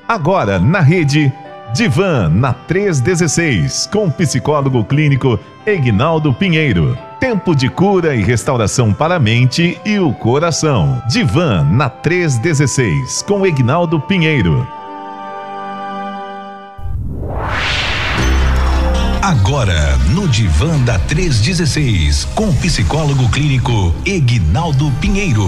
Agora na rede Divan na 316, com o psicólogo clínico Egnaldo Pinheiro. Tempo de cura e restauração para a mente e o coração. Divan na 316, com Egnaldo Pinheiro. Agora, no Divan da 316, com o psicólogo clínico Egnaldo Pinheiro.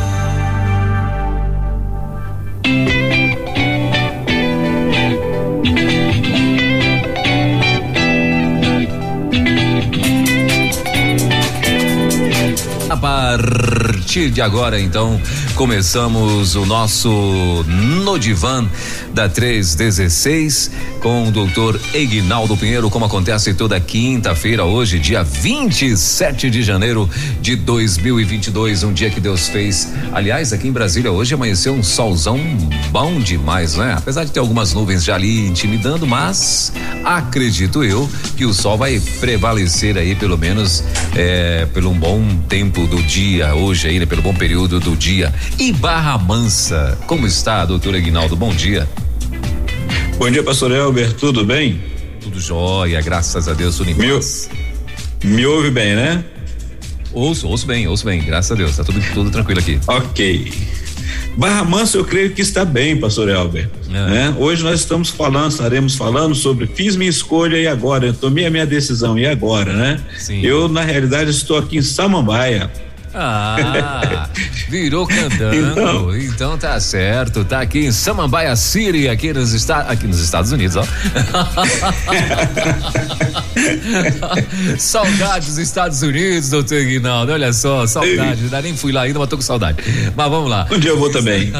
A partir de agora, então, começamos o nosso No Divan da 316 com o doutor Egnaldo Pinheiro, como acontece toda quinta-feira, hoje, dia 27 de janeiro de 2022, um dia que Deus fez. Aliás, aqui em Brasília hoje amanheceu um solzão bom demais, né? Apesar de ter algumas nuvens já ali intimidando, mas acredito eu que o sol vai prevalecer aí, pelo menos, pelo um bom tempo do dia hoje aí, né? Pelo bom período do dia. E Barra Mansa, como está, doutor Egnaldo? Bom dia. Bom dia, pastor Elber, tudo bem? Tudo jóia, graças a Deus, tudo em paz. Me ouve bem, né? Ouço bem, graças a Deus, tá tudo tranquilo aqui. Ok. Barra Mansa, eu creio que está bem, pastor Elber. Né? Hoje nós estaremos falando sobre fiz minha escolha e agora, eu tomei a minha decisão e agora, né? Sim. Eu, na realidade, estou aqui em Samambaia. Virou candango, então tá certo, tá aqui em Samambaia City, aqui nos Estados Unidos, ó. Saudades dos Estados Unidos, doutor Egnaldo, olha só, saudade, ainda nem fui lá ainda, mas tô com saudade, mas vamos lá. Um dia eu vou também.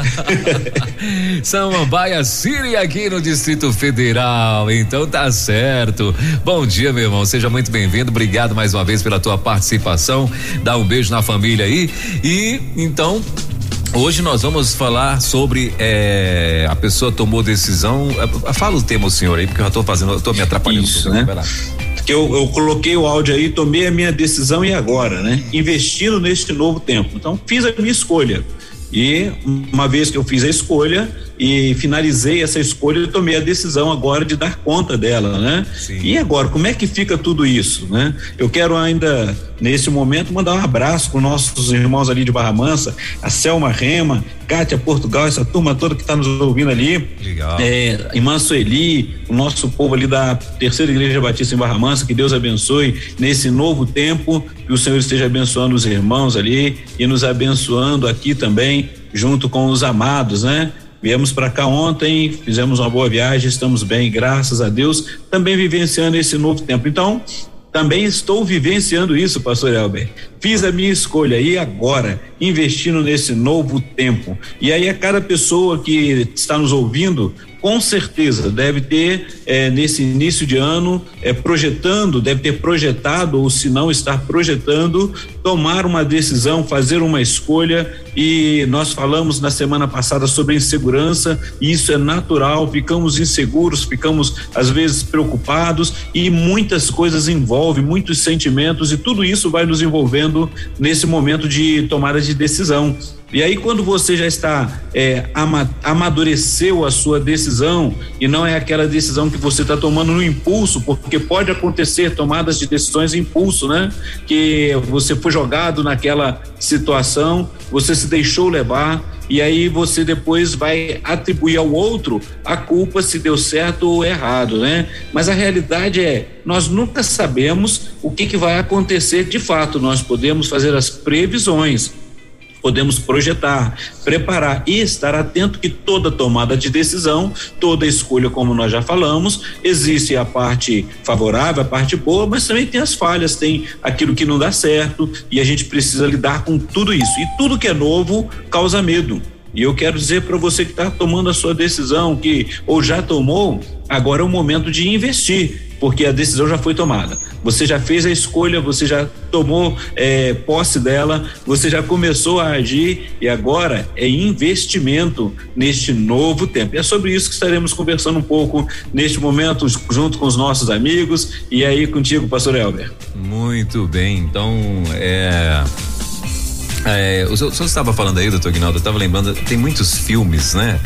Samambaia City, aqui no Distrito Federal, então tá certo. Bom dia, meu irmão, seja muito bem-vindo, obrigado mais uma vez pela tua participação, dá um beijo na família aí. E então hoje nós vamos falar sobre a pessoa tomou decisão. Fala o tema, o senhor aí, porque eu tô me atrapalhando. Isso, né? Que eu coloquei o áudio aí, tomei a minha decisão e agora, né? Investindo neste novo tempo. Então fiz a minha escolha. E uma vez que eu fiz a escolha e finalizei essa escolha, eu tomei a decisão agora de dar conta dela, né? Sim. E agora, como é que fica tudo isso, né? Eu quero ainda, nesse momento, mandar um abraço para os nossos irmãos ali de Barra Mansa, a Selma Rema, Cátia Portugal, essa turma toda que está nos ouvindo ali. Legal. Irmã Sueli, o nosso povo ali da Terceira Igreja Batista em Barra Mansa, que Deus abençoe nesse novo tempo, que o Senhor esteja abençoando os irmãos ali e nos abençoando aqui também, junto com os amados, né? Viemos para cá ontem, fizemos uma boa viagem, estamos bem, graças a Deus, também vivenciando esse novo tempo. Então, também estou vivenciando isso, pastor Elber. Fiz a minha escolha e agora, investindo nesse novo tempo. E aí a cada pessoa que está nos ouvindo, com certeza deve ter nesse início de ano deve ter projetado, ou se não estar projetando, tomar uma decisão, fazer uma escolha. E nós falamos na semana passada sobre insegurança, e isso é natural, ficamos inseguros, ficamos às vezes preocupados, e muitas coisas envolvem, muitos sentimentos, e tudo isso vai nos envolvendo nesse momento de tomada de decisão. E aí, quando você já está amadureceu a sua decisão e não é aquela decisão que você está tomando no impulso, porque pode acontecer tomadas de decisões em impulso, né? Que você foi jogado naquela situação, você se deixou levar e aí você depois vai atribuir ao outro a culpa se deu certo ou errado, né? Mas a realidade nós nunca sabemos o que vai acontecer de fato. Nós podemos fazer as previsões, podemos projetar, preparar e estar atento que toda tomada de decisão, toda escolha, como nós já falamos, existe a parte favorável, a parte boa, mas também tem as falhas, tem aquilo que não dá certo e a gente precisa lidar com tudo isso. E tudo que é novo causa medo. E eu quero dizer para você que está tomando a sua decisão, ou já tomou, agora é o momento de investir, porque a decisão já foi tomada. Você já fez a escolha, você já tomou posse dela, você já começou a agir e agora é investimento neste novo tempo. E é sobre isso que estaremos conversando um pouco neste momento, junto com os nossos amigos, e aí contigo, pastor Elber. Muito bem, então O senhor estava falando aí, doutor Aguinaldo, eu estava lembrando, tem muitos filmes, né?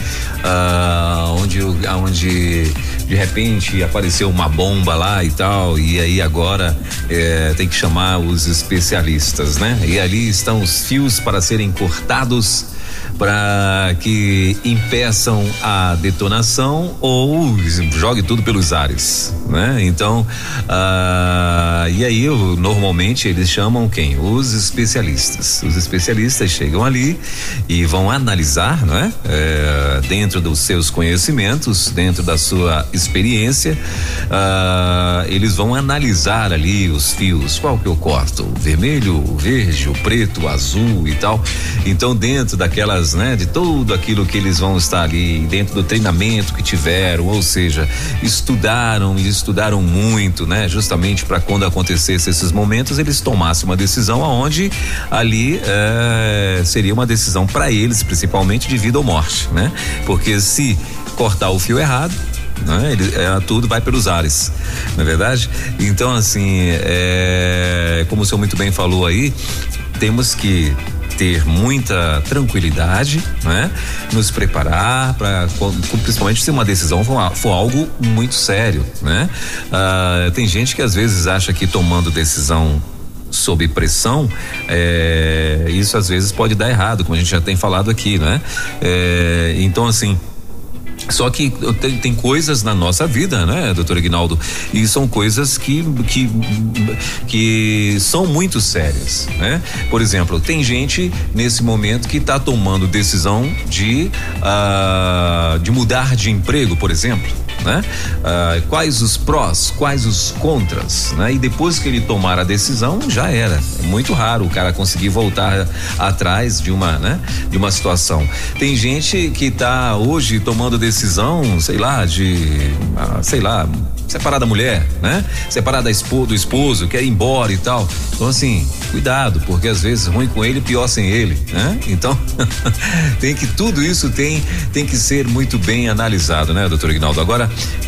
Onde de repente apareceu uma bomba lá e tal, e aí agora tem que chamar os especialistas, né? E ali estão os fios para serem cortados para que impeçam a detonação ou jogue tudo pelos ares, né? Então, e aí normalmente eles chamam quem? Os especialistas. Os especialistas chegam ali e vão analisar, não é? Dentro dos seus conhecimentos, dentro da sua experiência, eles vão analisar ali os fios, qual que eu corto? O vermelho, o verde, o preto, o azul e tal. Então, dentro daquelas, né, de tudo aquilo que eles vão estar ali dentro do treinamento que tiveram, ou seja, estudaram muito, né, justamente para quando acontecesse esses momentos eles tomassem uma decisão aonde ali seria uma decisão para eles principalmente de vida ou morte, né? Porque se cortar o fio errado, né, tudo vai pelos ares, não é verdade? Então, assim, como o senhor muito bem falou aí, temos que ter muita tranquilidade, né? Nos preparar para, principalmente se uma decisão for algo muito sério, né? Tem gente que às vezes acha que tomando decisão sob pressão, isso às vezes pode dar errado, como a gente já tem falado aqui, né? Então, assim, só que tem coisas na nossa vida, né, doutor Aguinaldo? E são coisas que são muito sérias, né? Por exemplo, tem gente nesse momento que está tomando decisão de mudar de emprego, por exemplo, né? Quais os prós, quais os contras, né? E depois que ele tomar a decisão, já era. É muito raro o cara conseguir voltar atrás de uma situação. Tem gente que está hoje tomando decisão, separar da mulher, né? Separar do esposo, quer ir embora e tal. Então, assim, cuidado, porque às vezes ruim com ele, pior sem ele, né? Então, tudo isso tem que ser muito bem analisado, né, doutor Aguinaldo? Agora,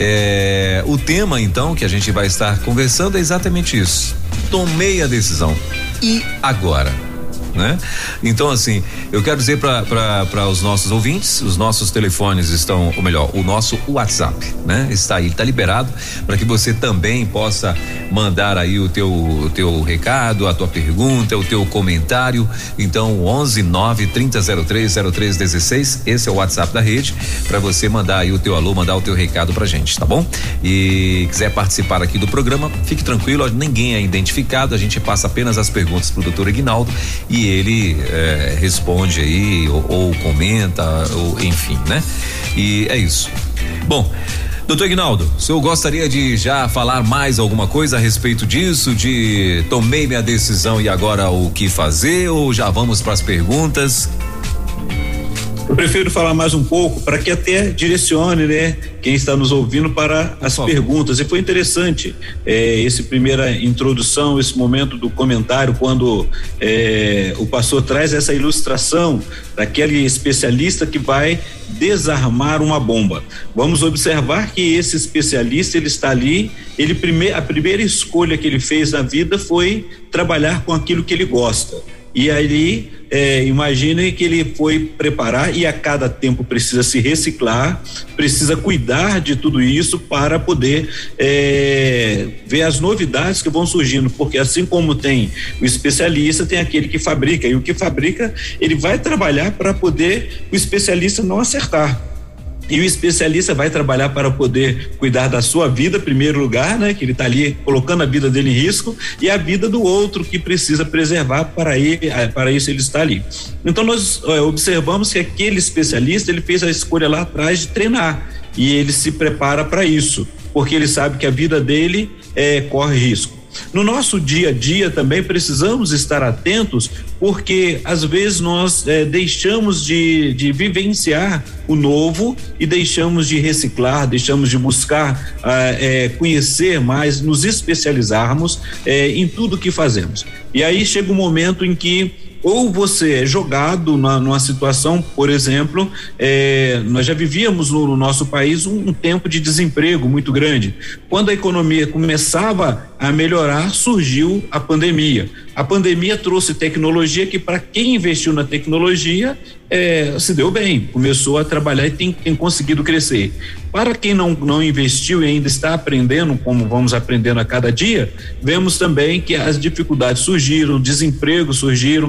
o tema, então, que a gente vai estar conversando é exatamente isso. Tomei a decisão. E agora? Né? Então, assim, eu quero dizer para os nossos ouvintes, os nossos telefones estão, ou melhor, o nosso WhatsApp, né? Está aí, está liberado para que você também possa mandar aí o teu recado, a tua pergunta, o teu comentário. Então, 11-9-3003-0316, esse é o WhatsApp da rede, para você mandar aí o teu alô, mandar o teu recado pra gente, tá bom? E quiser participar aqui do programa, fique tranquilo, ninguém é identificado, a gente passa apenas as perguntas pro doutor Aguinaldo e ele responde aí ou comenta, ou enfim, né? E é isso. Bom, doutor Aguinaldo, o senhor gostaria de já falar mais alguma coisa a respeito disso, de tomei minha decisão e agora o que fazer, ou já vamos para as perguntas? Eu prefiro falar mais um pouco para que até direcione, né, quem está nos ouvindo para as perguntas. E foi interessante essa primeira introdução, esse momento do comentário, quando o pastor traz essa ilustração daquele especialista que vai desarmar uma bomba. Vamos observar que esse especialista, ele está ali, a primeira escolha que ele fez na vida foi trabalhar com aquilo que ele gosta. E aí, imagine que ele foi preparar e a cada tempo precisa se reciclar, precisa cuidar de tudo isso para poder ver as novidades que vão surgindo, porque assim como tem o especialista, tem aquele que fabrica, e o que fabrica, ele vai trabalhar para poder o especialista não acertar. E o especialista vai trabalhar para poder cuidar da sua vida, em primeiro lugar, né? Que ele está ali colocando a vida dele em risco, e a vida do outro que precisa preservar, para isso ele está ali. Então nós observamos que aquele especialista, ele fez a escolha lá atrás de treinar, e ele se prepara para isso, porque ele sabe que a vida dele corre risco. No nosso dia a dia também precisamos estar atentos, porque às vezes nós deixamos de vivenciar o novo e deixamos de reciclar, deixamos de buscar conhecer mais, nos especializarmos em tudo que fazemos. E aí chega um momento em que ou você é jogado numa situação, por exemplo, nós já vivíamos no nosso país um tempo de desemprego muito grande. Quando a economia começava a melhorar, surgiu a pandemia. A pandemia trouxe tecnologia que, para quem investiu na tecnologia, se deu bem, começou a trabalhar e tem conseguido crescer. Para quem não investiu e ainda está aprendendo, como vamos aprendendo a cada dia, vemos também que as dificuldades surgiram, desemprego surgiram,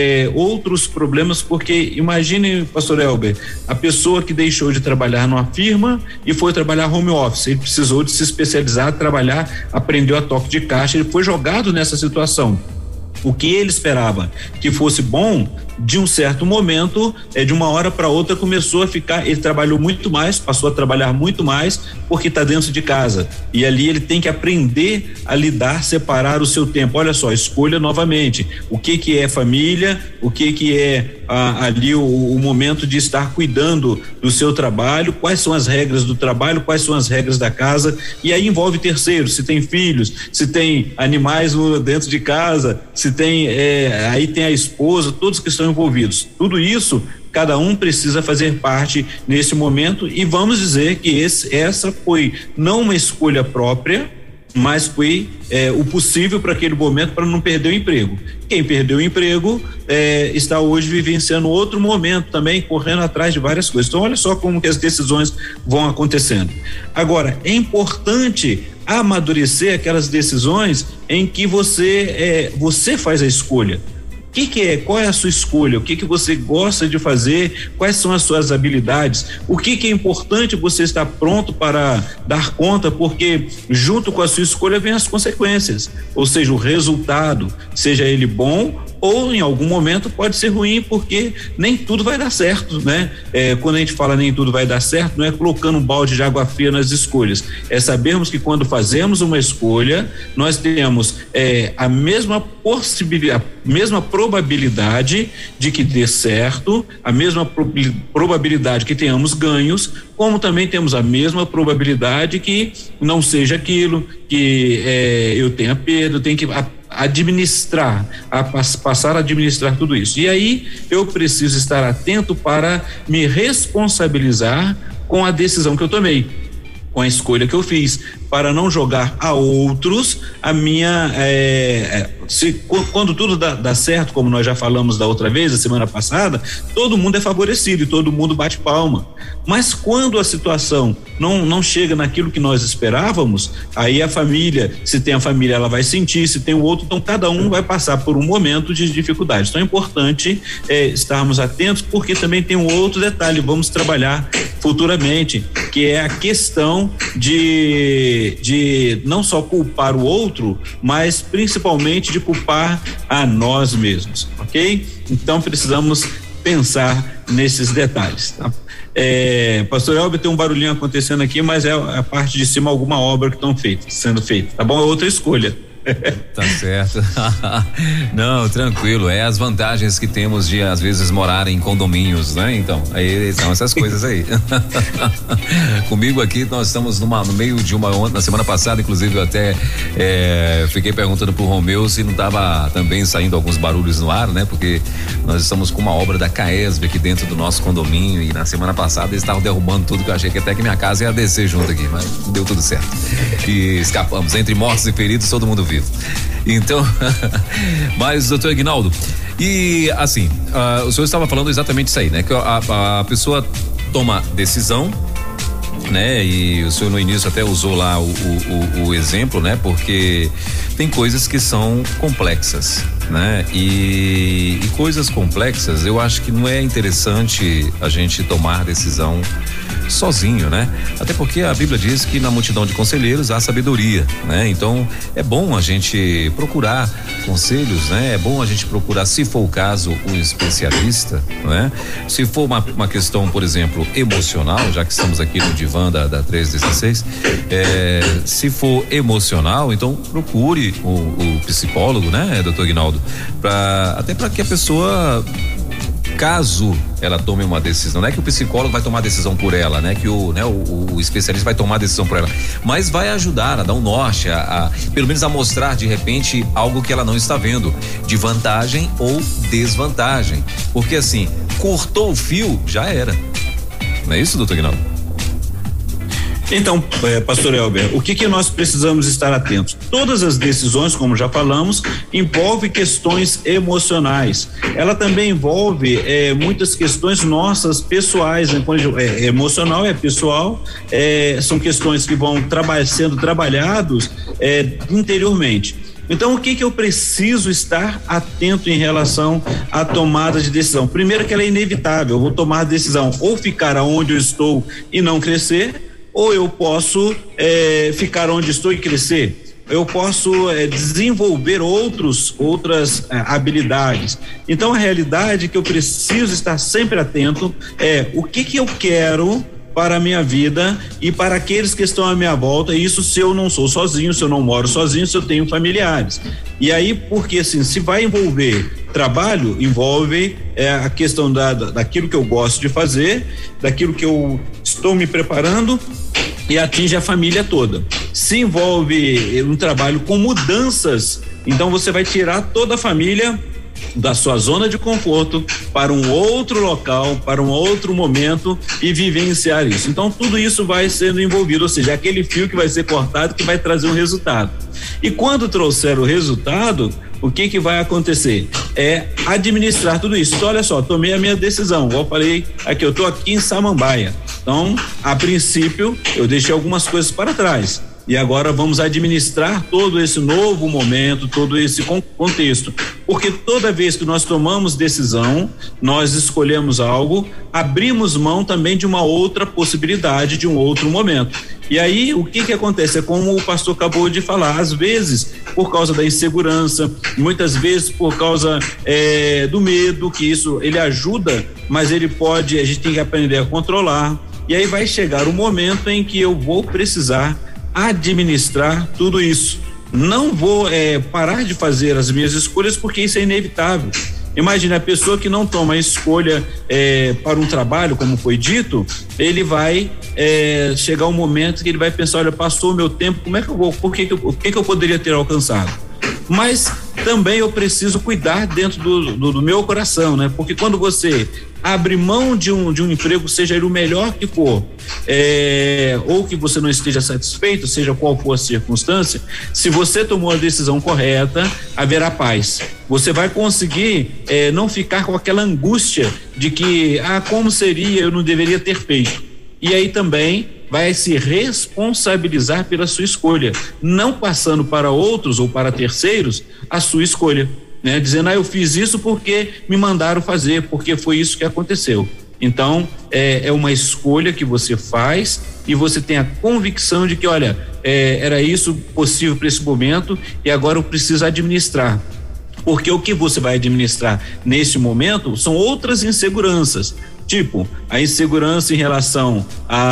outros problemas, porque imagine, pastor Elber, a pessoa que deixou de trabalhar numa firma e foi trabalhar home office, ele precisou de se especializar, trabalhar, aprendeu a toque de caixa, ele foi jogado nessa situação. O que ele esperava que fosse bom, de um certo momento, de uma hora para outra começou a ficar, ele trabalhou muito mais, passou a trabalhar muito mais porque está dentro de casa, e ali ele tem que aprender a lidar, separar o seu tempo. Olha só, escolha novamente o que é família, o que é ali o momento de estar cuidando do seu trabalho, quais são as regras do trabalho, quais são as regras da casa, e aí envolve terceiros, se tem filhos, se tem animais dentro de casa, se tem aí tem a esposa, todos que estão envolvidos. Tudo isso, cada um precisa fazer parte nesse momento, e vamos dizer que essa foi não uma escolha própria, mas foi o possível para aquele momento, para não perder o emprego. Quem perdeu o emprego está hoje vivenciando outro momento também, correndo atrás de várias coisas. Então olha só como que as decisões vão acontecendo. Agora, é importante amadurecer aquelas decisões em que você faz a escolha. Qual é a sua escolha? O que você gosta de fazer? Quais são as suas habilidades? O que é importante você estar pronto para dar conta? Porque junto com a sua escolha vem as consequências, ou seja, o resultado, seja ele bom ou em algum momento pode ser ruim, porque nem tudo vai dar certo, né? Quando a gente fala nem tudo vai dar certo, não é colocando um balde de água fria nas escolhas, é sabermos que quando fazemos uma escolha, nós temos a mesma possibilidade, a mesma probabilidade de que dê certo, a mesma probabilidade que tenhamos ganhos, como também temos a mesma probabilidade que não seja aquilo, que eu tenha perda, eu tenho que administrar, passar a administrar tudo isso. E aí eu preciso estar atento para me responsabilizar com a decisão que eu tomei, com a escolha que eu fiz, para não jogar a outros a minha quando tudo dá certo, como nós já falamos da outra vez, a semana passada, todo mundo é favorecido e todo mundo bate palma, mas quando a situação não chega naquilo que nós esperávamos, aí a família, se tem a família, ela vai sentir, se tem o outro, então cada um vai passar por um momento de dificuldade. Então é importante estarmos atentos, porque também tem um outro detalhe, vamos trabalhar futuramente, que é a questão de não só culpar o outro, mas principalmente de culpar a nós mesmos, ok? Então precisamos pensar nesses detalhes, tá? Pastor Elber, tem um barulhinho acontecendo aqui, mas é a parte de cima alguma obra que estão sendo feita, tá bom? É outra escolha. Tá certo. Não, tranquilo, as vantagens que temos de às vezes morar em condomínios, né? Então, aí são essas coisas aí. Comigo aqui nós estamos no meio de na semana passada, inclusive eu até fiquei perguntando pro Romeu se não tava também saindo alguns barulhos no ar, né? Porque nós estamos com uma obra da Caesb aqui dentro do nosso condomínio, e na semana passada eles estavam derrubando tudo, que eu achei que até que minha casa ia descer junto aqui, mas deu tudo certo. E escapamos, entre mortos e feridos, todo mundo vivo. Então, mas doutor Aguinaldo, e assim, o senhor estava falando exatamente isso aí, né? Que a pessoa toma decisão, né? E o senhor no início até usou lá o exemplo, né? Porque tem coisas que são complexas, né? E coisas complexas, eu acho que não é interessante a gente tomar decisão sozinho, né? Até porque a Bíblia diz que na multidão de conselheiros há sabedoria, né? Então é bom a gente procurar conselhos, né? É bom a gente procurar, se for o caso, um especialista, né? Se for uma questão, por exemplo, emocional, já que estamos aqui no divã da 316, se for emocional, então procure o psicólogo, né, doutor Aguinaldo, até para que a pessoa, caso ela tome uma decisão, não é que o psicólogo vai tomar a decisão por ela, né? Que o especialista vai tomar a decisão por ela, mas vai ajudar a dar um norte, pelo menos a mostrar de repente algo que ela não está vendo, de vantagem ou desvantagem, porque assim, cortou o fio, já era. Não é isso, doutor Aguinaldo? Então, pastor Elber, o que nós precisamos estar atentos? Todas as decisões, como já falamos, envolvem questões emocionais. Ela também envolve muitas questões nossas pessoais, né? Emocional é pessoal, são questões que vão sendo trabalhados interiormente. Então, o que eu preciso estar atento em relação à tomada de decisão? Primeiro, que ela é inevitável. Eu vou tomar a decisão ou ficar aonde eu estou e não crescer, ou eu posso ficar onde estou e crescer. Eu posso desenvolver outras habilidades. Então, a realidade é que eu preciso estar sempre atento o que eu quero para a minha vida e para aqueles que estão à minha volta, isso se eu não sou sozinho, se eu não moro sozinho, se eu tenho familiares. E aí, porque assim, se vai envolver trabalho, envolve a questão daquilo que eu gosto de fazer, daquilo que eu estou me preparando e atinge a família toda. Se envolve um trabalho com mudanças, então você vai tirar toda a família da sua zona de conforto para um outro local, para um outro momento e vivenciar isso. Então tudo isso vai sendo envolvido, ou seja, aquele fio que vai ser cortado que vai trazer um resultado. E quando trouxer o resultado, o que vai acontecer? É administrar tudo isso. Então, olha só, tomei a minha decisão, igual eu falei aqui, eu estou aqui em Samambaia. Então, a princípio, eu deixei algumas coisas para trás. E agora vamos administrar todo esse novo momento, todo esse contexto. Porque toda vez que nós tomamos decisão, nós escolhemos algo, abrimos mão também de uma outra possibilidade, de um outro momento. E aí, o que acontece? É como o pastor acabou de falar, às vezes, por causa da insegurança, muitas vezes por causa do medo, que isso, ele ajuda, mas a gente tem que aprender a controlar. E aí vai chegar o momento em que eu vou precisar administrar tudo isso. Não vou parar de fazer as minhas escolhas porque isso é inevitável. Imagina a pessoa que não toma a escolha para um trabalho, como foi dito, ele vai chegar um momento que ele vai pensar, olha, passou o meu tempo, como é que eu vou, o que eu poderia ter alcançado? Mas também eu preciso cuidar dentro do meu coração, né? Porque quando você abre mão de um emprego, seja ele o melhor que for, ou que você não esteja satisfeito, seja qual for a circunstância, se você tomou a decisão correta, haverá paz. Você vai conseguir não ficar com aquela angústia de que, como seria, eu não deveria ter feito. E aí também vai se responsabilizar pela sua escolha, não passando para outros ou para terceiros a sua escolha, né? Dizendo, eu fiz isso porque me mandaram fazer, porque foi isso que aconteceu. Então, é uma escolha que você faz e você tem a convicção de que, olha, era isso possível para esse momento e agora eu preciso administrar. Porque o que você vai administrar nesse momento são outras inseguranças, tipo a insegurança em relação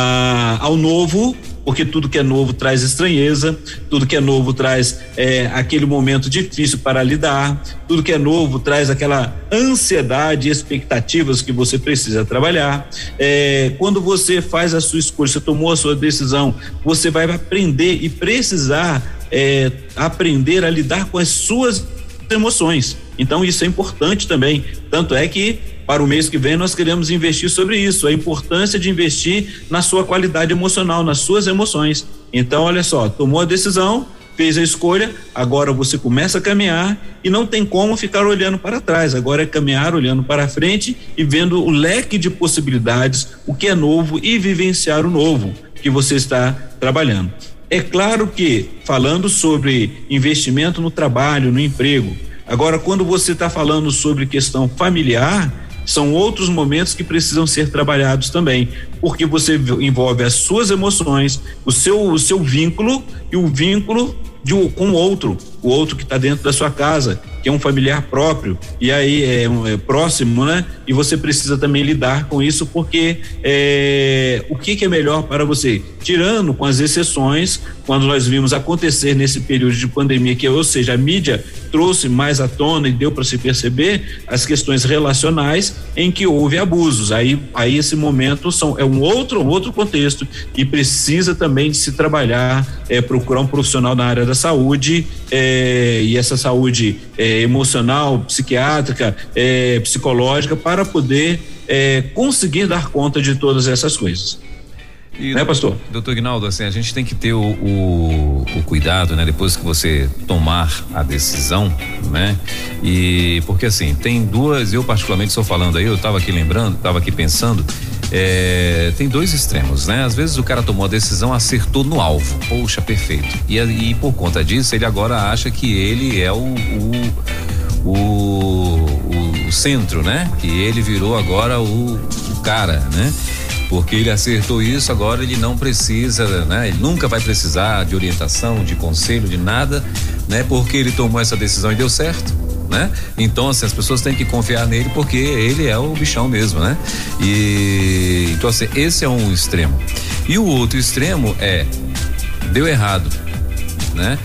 ao novo, porque tudo que é novo traz estranheza, tudo que é novo traz aquele momento difícil para lidar, tudo que é novo traz aquela ansiedade e expectativas que você precisa trabalhar. Quando você faz a sua escolha, você tomou a sua decisão, você vai aprender e precisar aprender a lidar com as suas emoções. Então isso é importante também, tanto é que para o mês que vem nós queremos investir sobre isso, a importância de investir na sua qualidade emocional, nas suas emoções. Então olha só, tomou a decisão, fez a escolha, agora você começa a caminhar e não tem como ficar olhando para trás, agora é caminhar olhando para frente e vendo o leque de possibilidades, o que é novo e vivenciar o novo que você está trabalhando. É claro que falando sobre investimento no trabalho, no emprego, agora quando você está falando sobre questão familiar, são outros momentos que precisam ser trabalhados também, porque você envolve as suas emoções, o seu vínculo e o vínculo com o outro que está dentro da sua casa, que é um familiar próprio, e aí é próximo, né? E você precisa também lidar com isso, porque o que é melhor para você? Tirando com as exceções, quando nós vimos acontecer nesse período de pandemia, ou seja, a mídia trouxe mais à tona e deu para se perceber as questões relacionais em que houve abusos. Aí esse momento é um outro contexto e precisa também de se trabalhar, procurar um profissional na área da saúde, e essa saúde emocional, psiquiátrica, psicológica, para poder conseguir dar conta de todas essas coisas. né, pastor? Doutor Aguinaldo, assim, a gente tem que ter o cuidado, né? Depois que você tomar a decisão, né? E porque assim, tem duas, eu particularmente estou falando aí, eu estava aqui lembrando, estava aqui pensando, tem dois extremos, né? Às vezes o cara tomou a decisão, acertou no alvo, poxa, perfeito. E por conta disso, ele agora acha que ele é o centro, né? Que ele virou agora o cara, né? Porque ele acertou isso, agora ele não precisa, né? Ele nunca vai precisar de orientação, de conselho, de nada, né? Porque ele tomou essa decisão e deu certo, né? Então, assim, as pessoas têm que confiar nele porque ele é o bichão mesmo, né? E então, assim, esse é um extremo. E o outro extremo deu errado, né?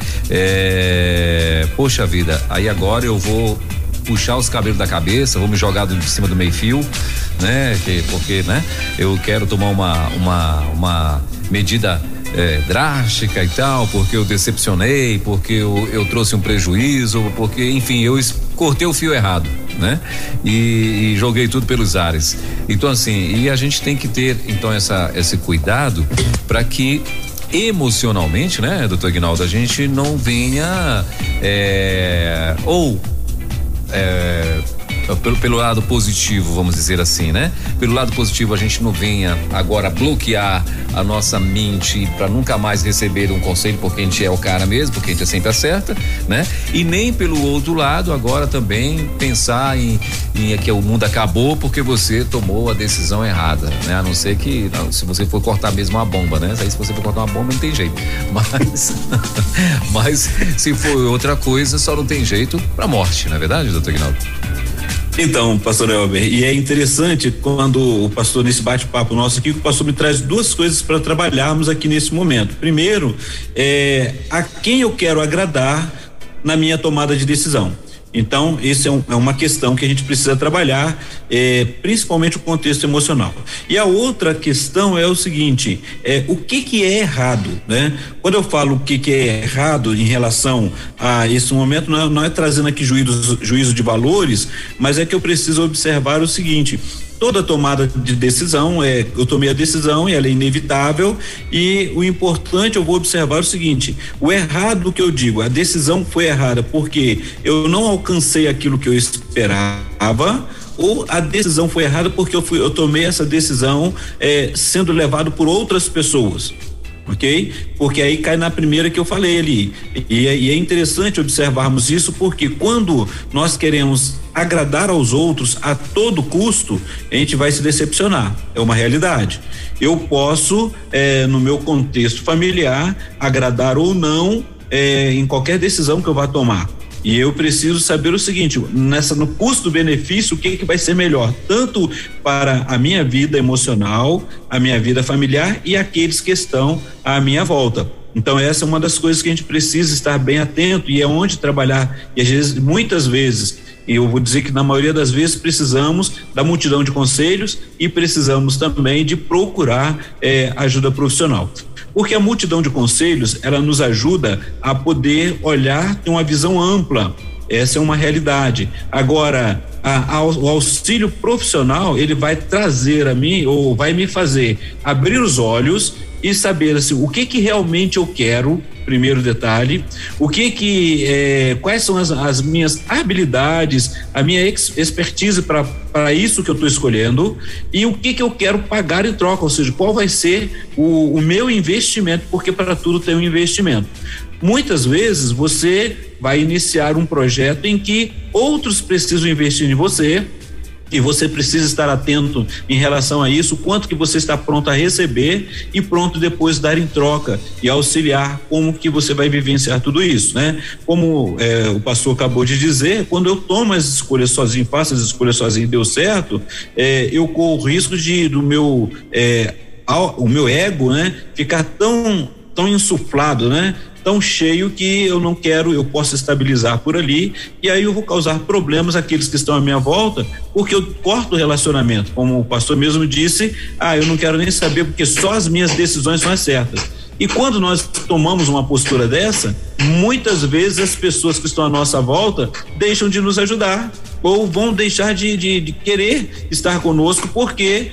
Poxa vida, aí agora eu vou puxar os cabelos da cabeça, vou me jogar de cima do meio-fio, né? Porque, né? Eu quero tomar uma medida drástica e tal, porque eu decepcionei, porque eu trouxe um prejuízo, porque, enfim, eu cortei o fio errado, né? E joguei tudo pelos ares. Então, assim, e a gente tem que ter, então, esse cuidado para que emocionalmente, né, doutor Aguinaldo, a gente não venha pelo lado positivo, vamos dizer assim, né? Pelo lado positivo, a gente não venha agora bloquear a nossa mente para nunca mais receber um conselho, porque a gente é o cara mesmo, porque a gente sempre acerta, né? E nem pelo outro lado agora também pensar em que o mundo acabou porque você tomou a decisão errada, né? A não ser que, se você for cortar mesmo uma bomba, né? Aí se você for cortar uma bomba não tem jeito, mas se for outra coisa só não tem jeito pra morte, não é verdade, doutor Aguinaldo? Então, pastor Elber, e é interessante quando o pastor, nesse bate-papo nosso aqui, o pastor me traz duas coisas para trabalharmos aqui nesse momento. Primeiro, a quem eu quero agradar na minha tomada de decisão. Então, isso é uma questão que a gente precisa trabalhar, principalmente o contexto emocional. E a outra questão é o seguinte, o que é errado, né? Quando eu falo o que é errado em relação a esse momento, não é trazendo aqui juízo de valores, mas é que eu preciso observar o seguinte: toda tomada de decisão, eu tomei a decisão e ela é inevitável, e o importante, eu vou observar o seguinte: o errado que eu digo, a decisão foi errada porque eu não alcancei aquilo que eu esperava, ou a decisão foi errada porque eu tomei essa decisão sendo levado por outras pessoas. Ok? Porque aí cai na primeira que eu falei ali. E é interessante observarmos isso, porque quando nós queremos agradar aos outros a todo custo, a gente vai se decepcionar. É uma realidade. Eu posso, no meu contexto familiar, agradar ou não em qualquer decisão que eu vá tomar. E eu preciso saber o seguinte, no custo-benefício, o que vai ser melhor, tanto para a minha vida emocional, a minha vida familiar e aqueles que estão à minha volta. Então, essa é uma das coisas que a gente precisa estar bem atento, e é onde trabalhar. E às vezes, muitas vezes, e eu vou dizer que na maioria das vezes precisamos da multidão de conselhos e precisamos também de procurar ajuda profissional. Porque a multidão de conselhos, ela nos ajuda a poder olhar, ter uma visão ampla. Essa é uma realidade. Agora, o auxílio profissional, ele vai trazer a mim, ou vai me fazer abrir os olhos e saber assim, o que realmente eu quero. Primeiro detalhe, quais são as minhas habilidades, a minha expertise para isso que eu estou escolhendo, e o que eu quero pagar em troca, ou seja, qual vai ser o meu investimento, porque para tudo tem um investimento. Muitas vezes você vai iniciar um projeto em que outros precisam investir em você, e você precisa estar atento em relação a isso, quanto que você está pronto a receber e pronto depois dar em troca e auxiliar como que você vai vivenciar tudo isso, né? Como o pastor acabou de dizer, quando eu tomo as escolhas sozinho, faço as escolhas sozinho e deu certo, eu corro o risco o meu ego, né? Ficar tão insuflado, né? Tão cheio que eu não quero, eu posso estabilizar por ali, e aí eu vou causar problemas àqueles que estão à minha volta, porque eu corto o relacionamento, como o pastor mesmo disse, eu não quero nem saber porque só as minhas decisões são as certas. E quando nós tomamos uma postura dessa, muitas vezes as pessoas que estão à nossa volta deixam de nos ajudar, ou vão deixar de querer estar conosco porque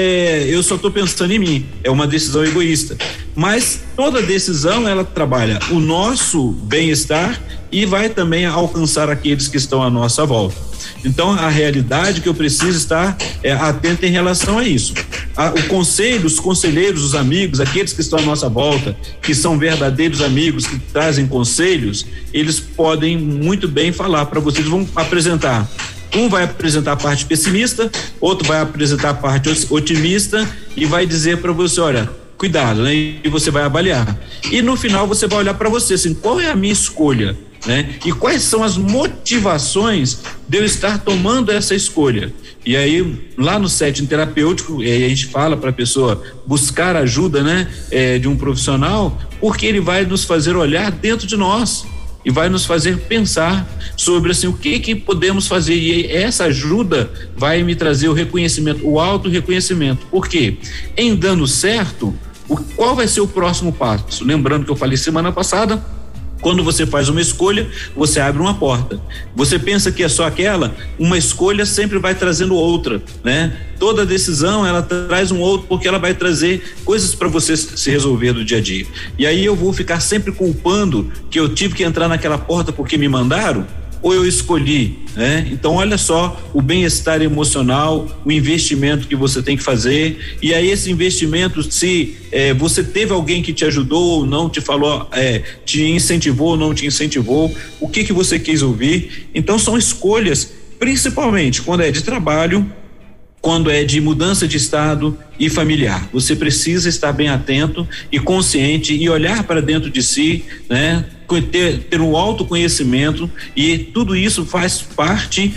eu só estou pensando em mim. É uma decisão egoísta. Mas toda decisão, ela trabalha o nosso bem-estar e vai também alcançar aqueles que estão à nossa volta. Então, a realidade que eu preciso estar atento em relação a isso. O conselho, os conselheiros, os amigos, aqueles que estão à nossa volta, que são verdadeiros amigos, que trazem conselhos, eles podem muito bem falar para vocês, vão apresentar. Um vai apresentar a parte pessimista, outro vai apresentar a parte otimista e vai dizer para você, olha, cuidado, né? E você vai avaliar. E no final você vai olhar para você, assim, qual é a minha escolha, né? E quais são as motivações de eu estar tomando essa escolha? E aí, lá no setting terapêutico, a gente fala para a pessoa buscar ajuda, né? De um profissional, porque ele vai nos fazer olhar dentro de nós e vai nos fazer pensar sobre assim, o que podemos fazer, e essa ajuda vai me trazer o reconhecimento, o auto-reconhecimento. Por quê? Em dando certo, qual vai ser o próximo passo? Lembrando que eu falei semana passada, quando você faz uma escolha, você abre uma porta. Você pensa que é só aquela, uma escolha sempre vai trazendo outra, né? Toda decisão, ela traz um outro, porque ela vai trazer coisas para você se resolver do dia a dia. E aí eu vou ficar sempre culpando que eu tive que entrar naquela porta porque me mandaram, ou eu escolhi, né? Então olha só o bem-estar emocional, o investimento que você tem que fazer, e aí esse investimento, se você teve alguém que te ajudou ou não, te falou, te incentivou ou não te incentivou, o que você quis ouvir. Então são escolhas, principalmente quando é de trabalho, quando é de mudança de estado e familiar. Você precisa estar bem atento e consciente e olhar para dentro de si, né? Ter um autoconhecimento, e tudo isso faz parte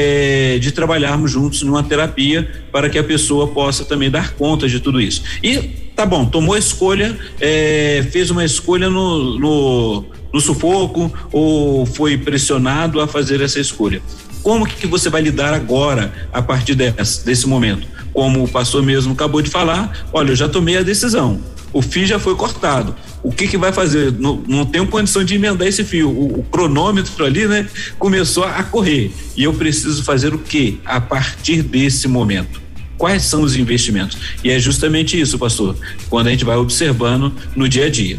de trabalharmos juntos numa terapia para que a pessoa possa também dar conta de tudo isso. E tá bom, tomou a escolha, fez uma escolha no sufoco ou foi pressionado a fazer essa escolha. Como que você vai lidar agora a partir desse momento? Como o pastor mesmo acabou de falar, olha, eu já tomei a decisão, o fio já foi cortado, o que vai fazer? Não tenho condição de emendar esse fio, o cronômetro ali, né, começou a correr, e eu preciso fazer o quê a partir desse momento? Quais são os investimentos? E é justamente isso, pastor, quando a gente vai observando no dia a dia.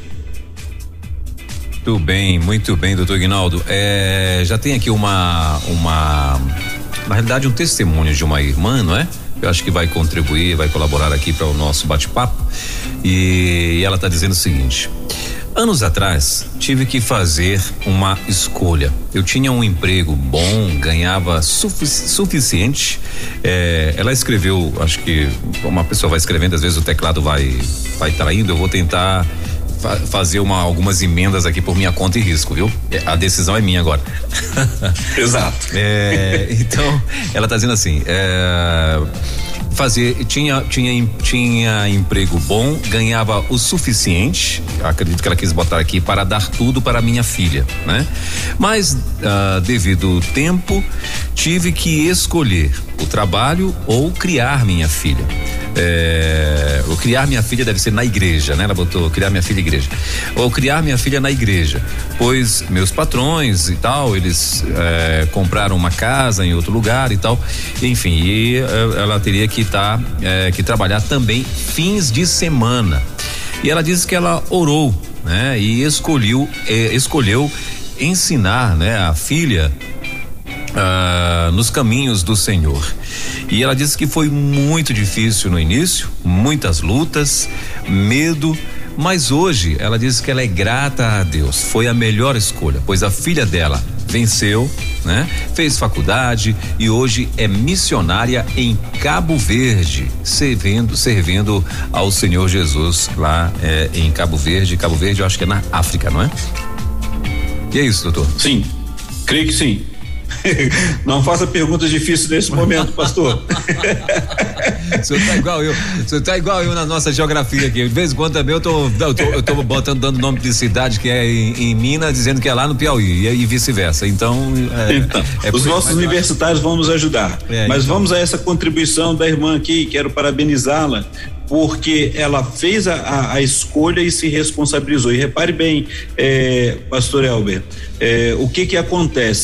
Muito bem, doutor Aguinaldo. Já tem aqui na realidade, um testemunho de uma irmã, não é? Eu acho que vai contribuir, vai colaborar aqui para o nosso bate-papo. E ela está dizendo o seguinte: anos atrás, tive que fazer uma escolha. Eu tinha um emprego bom, ganhava suficiente. Ela escreveu, acho que uma pessoa vai escrevendo, às vezes o teclado vai traindo. Eu vou tentar fazer algumas emendas aqui por minha conta e risco, viu? A decisão é minha agora. Exato. Então, ela tá dizendo assim, tinha emprego bom, ganhava o suficiente, acredito que ela quis botar aqui, para dar tudo para minha filha, né? Mas, devido ao tempo, tive que escolher o trabalho ou criar minha filha. O criar minha filha deve ser na igreja, né? Ela botou criar minha filha igreja. Ou criar minha filha na igreja, pois meus patrões e tal, eles compraram uma casa em outro lugar e tal, enfim, e ela teria que que trabalhar também fins de semana. E ela disse que ela orou, né? E escolheu ensinar, né, a filha nos caminhos do Senhor. E ela disse que foi muito difícil no início, muitas lutas, medo, mas hoje ela disse que ela é grata a Deus, foi a melhor escolha, pois a filha dela venceu, né? Fez faculdade e hoje é missionária em Cabo Verde, servindo ao Senhor Jesus lá em Cabo Verde. Cabo Verde eu acho que é na África, não é? E é isso, doutor? Sim, creio que sim. Não faça perguntas difíceis nesse momento, pastor. O senhor tá igual eu na nossa geografia aqui. De vez em quando também eu tô botando, dando nome de cidade que é em Minas, dizendo que é lá no Piauí e vice-versa. Então, os nossos universitários vão nos ajudar. Mas então, vamos a essa contribuição da irmã aqui, quero parabenizá-la, porque ela fez a escolha e se responsabilizou. E repare bem, pastor Elber, o que acontece?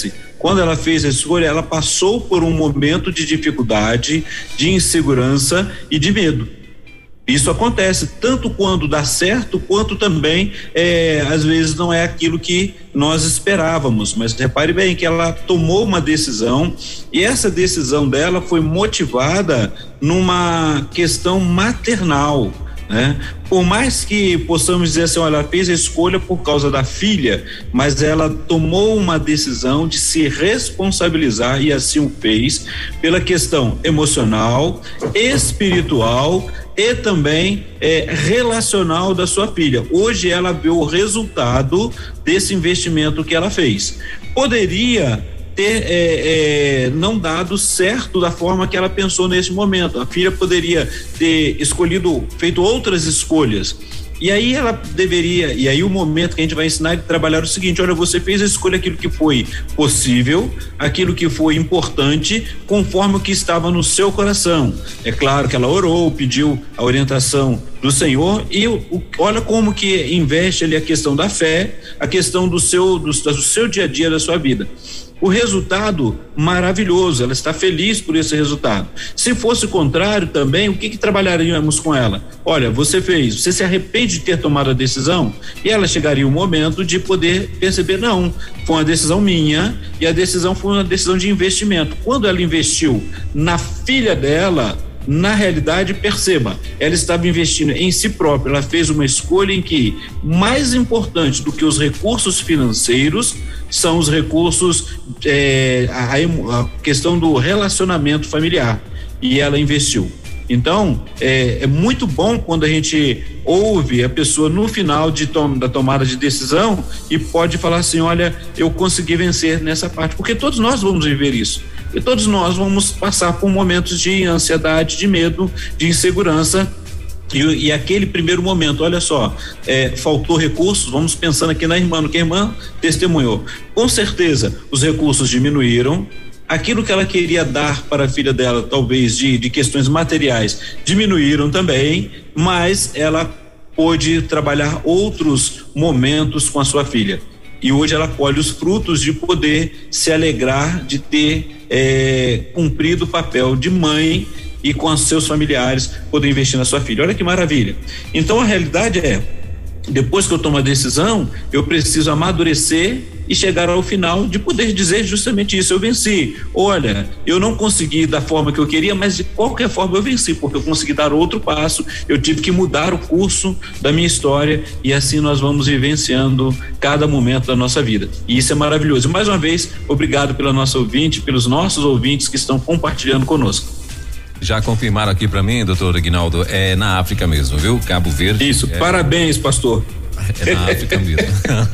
quando ela fez a escolha, ela passou por um momento de dificuldade, de insegurança e de medo. Isso acontece tanto quando dá certo, quanto também às vezes não é aquilo que nós esperávamos, mas repare bem que ela tomou uma decisão, e essa decisão dela foi motivada numa questão maternal, né? Por mais que possamos dizer assim, olha, ela fez a escolha por causa da filha, mas ela tomou uma decisão de se responsabilizar, e assim o fez, pela questão emocional, espiritual e também relacional da sua filha. Hoje ela vê o resultado desse investimento que ela fez. Poderia ter não dado certo da forma que ela pensou nesse momento. A filha poderia ter feito outras escolhas. E aí ela deveria, e aí o momento que a gente vai ensinar é trabalhar o seguinte: olha, você fez a escolha, aquilo que foi possível, aquilo que foi importante, conforme o que estava no seu coração. É claro que ela orou, pediu a orientação do Senhor, e olha como que investe ali a questão da fé, a questão do seu dia a dia, da sua vida. O resultado maravilhoso, ela está feliz por esse resultado. Se fosse o contrário também, o que trabalharíamos com ela? Olha, você se arrepende de ter tomado a decisão? E ela chegaria um momento de poder perceber, não, foi uma decisão minha, e a decisão foi uma decisão de investimento. Quando ela investiu na filha dela, na realidade, perceba, ela estava investindo em si própria. Ela fez uma escolha em que, mais importante do que os recursos financeiros, são os recursos, a questão do relacionamento familiar, e ela investiu. Então, é muito bom quando a gente ouve a pessoa no final da tomada de decisão e pode falar assim, olha, eu consegui vencer nessa parte, porque todos nós vamos viver isso. E todos nós vamos passar por momentos de ansiedade, de medo, de insegurança. E aquele primeiro momento, olha só, faltou recursos, vamos pensando aqui na irmã, no que a irmã testemunhou. Com certeza, os recursos diminuíram, aquilo que ela queria dar para a filha dela, talvez de questões materiais, diminuíram também, mas ela pôde trabalhar outros momentos com a sua filha. E hoje ela colhe os frutos de poder se alegrar de ter cumprido o papel de mãe e com os seus familiares poder investir na sua filha. Olha que maravilha. Então a realidade depois que eu tomo a decisão, eu preciso amadurecer e chegar ao final de poder dizer justamente isso: eu venci. Olha, eu não consegui da forma que eu queria, mas de qualquer forma eu venci, porque eu consegui dar outro passo, eu tive que mudar o curso da minha história, e assim nós vamos vivenciando cada momento da nossa vida, e isso é maravilhoso. Mais uma vez, obrigado pela nossa ouvinte, pelos nossos ouvintes que estão compartilhando conosco. Já confirmaram aqui para mim, doutor Aguinaldo, é na África mesmo, viu? Cabo Verde. Isso, parabéns, pastor. É na África mesmo.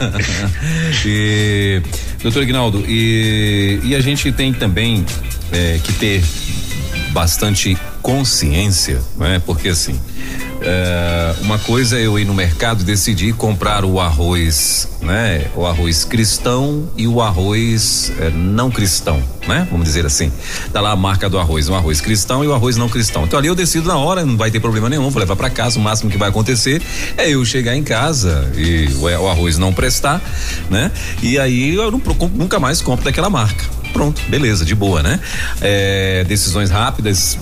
E, doutor Aguinaldo, e a gente tem também que ter bastante consciência, né? Porque assim, uma coisa é eu ir no mercado e decidir comprar o arroz, né? O arroz cristão e o arroz não cristão, né? Vamos dizer assim. Tá lá a marca do arroz, um arroz cristão e o arroz não cristão. Então ali eu decido na hora, não vai ter problema nenhum, vou levar para casa. O máximo que vai acontecer é eu chegar em casa e o arroz não prestar, né? E aí eu nunca mais compro daquela marca. Pronto, beleza, de boa, né? Decisões rápidas,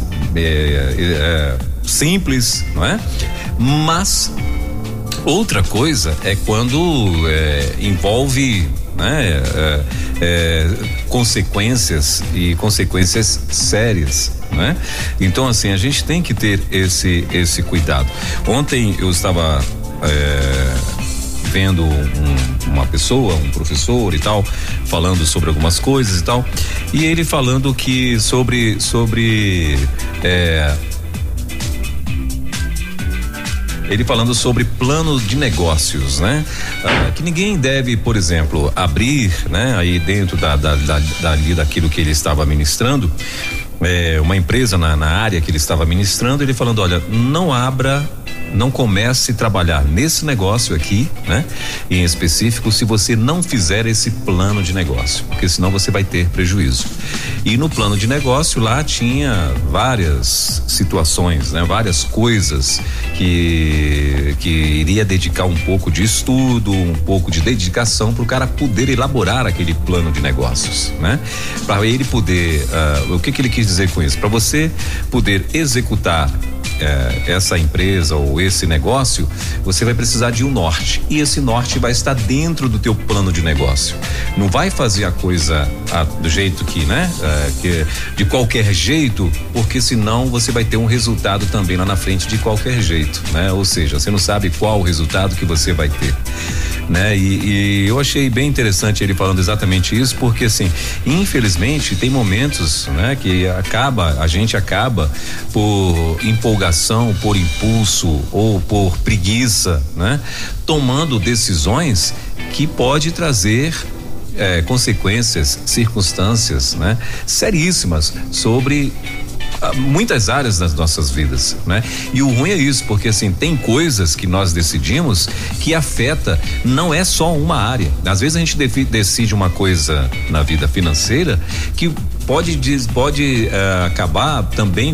simples, não é? Mas outra coisa é quando envolve, né, consequências sérias, né? Então assim, a gente tem que ter esse cuidado. Ontem eu estava vendo uma pessoa, um professor e tal, falando sobre algumas coisas e tal, e ele falando que sobre ele falando sobre plano de negócios, né? Que ninguém deve, por exemplo, abrir, né? Aí dentro daquilo que ele estava ministrando, uma empresa na área que ele estava ministrando, ele falando, olha, não abra não comece a trabalhar nesse negócio aqui, né? Em específico, se você não fizer esse plano de negócio, porque senão você vai ter prejuízo. E no plano de negócio lá tinha várias situações, né? Várias coisas que iria dedicar um pouco de estudo, um pouco de dedicação para o cara poder elaborar aquele plano de negócios, né? Para ele poder, o que ele quis dizer com isso? Para você poder executar essa empresa ou esse negócio, você vai precisar de um norte, e esse norte vai estar dentro do teu plano de negócio. Não vai fazer a coisa do jeito que, né? Que de qualquer jeito, porque senão você vai ter um resultado também lá na frente de qualquer jeito, né? Ou seja, você não sabe qual o resultado que você vai ter, né? E eu achei bem interessante ele falando exatamente isso, porque assim, infelizmente tem momentos, né? Que a gente acaba por empolgação, por impulso ou por preguiça, né? Tomando decisões que pode trazer consequências, circunstâncias, né? Seríssimas sobre muitas áreas das nossas vidas, né? E o ruim é isso, porque assim, tem coisas que nós decidimos que afeta, não é só uma área. Às vezes a gente decide uma coisa na vida financeira que pode acabar também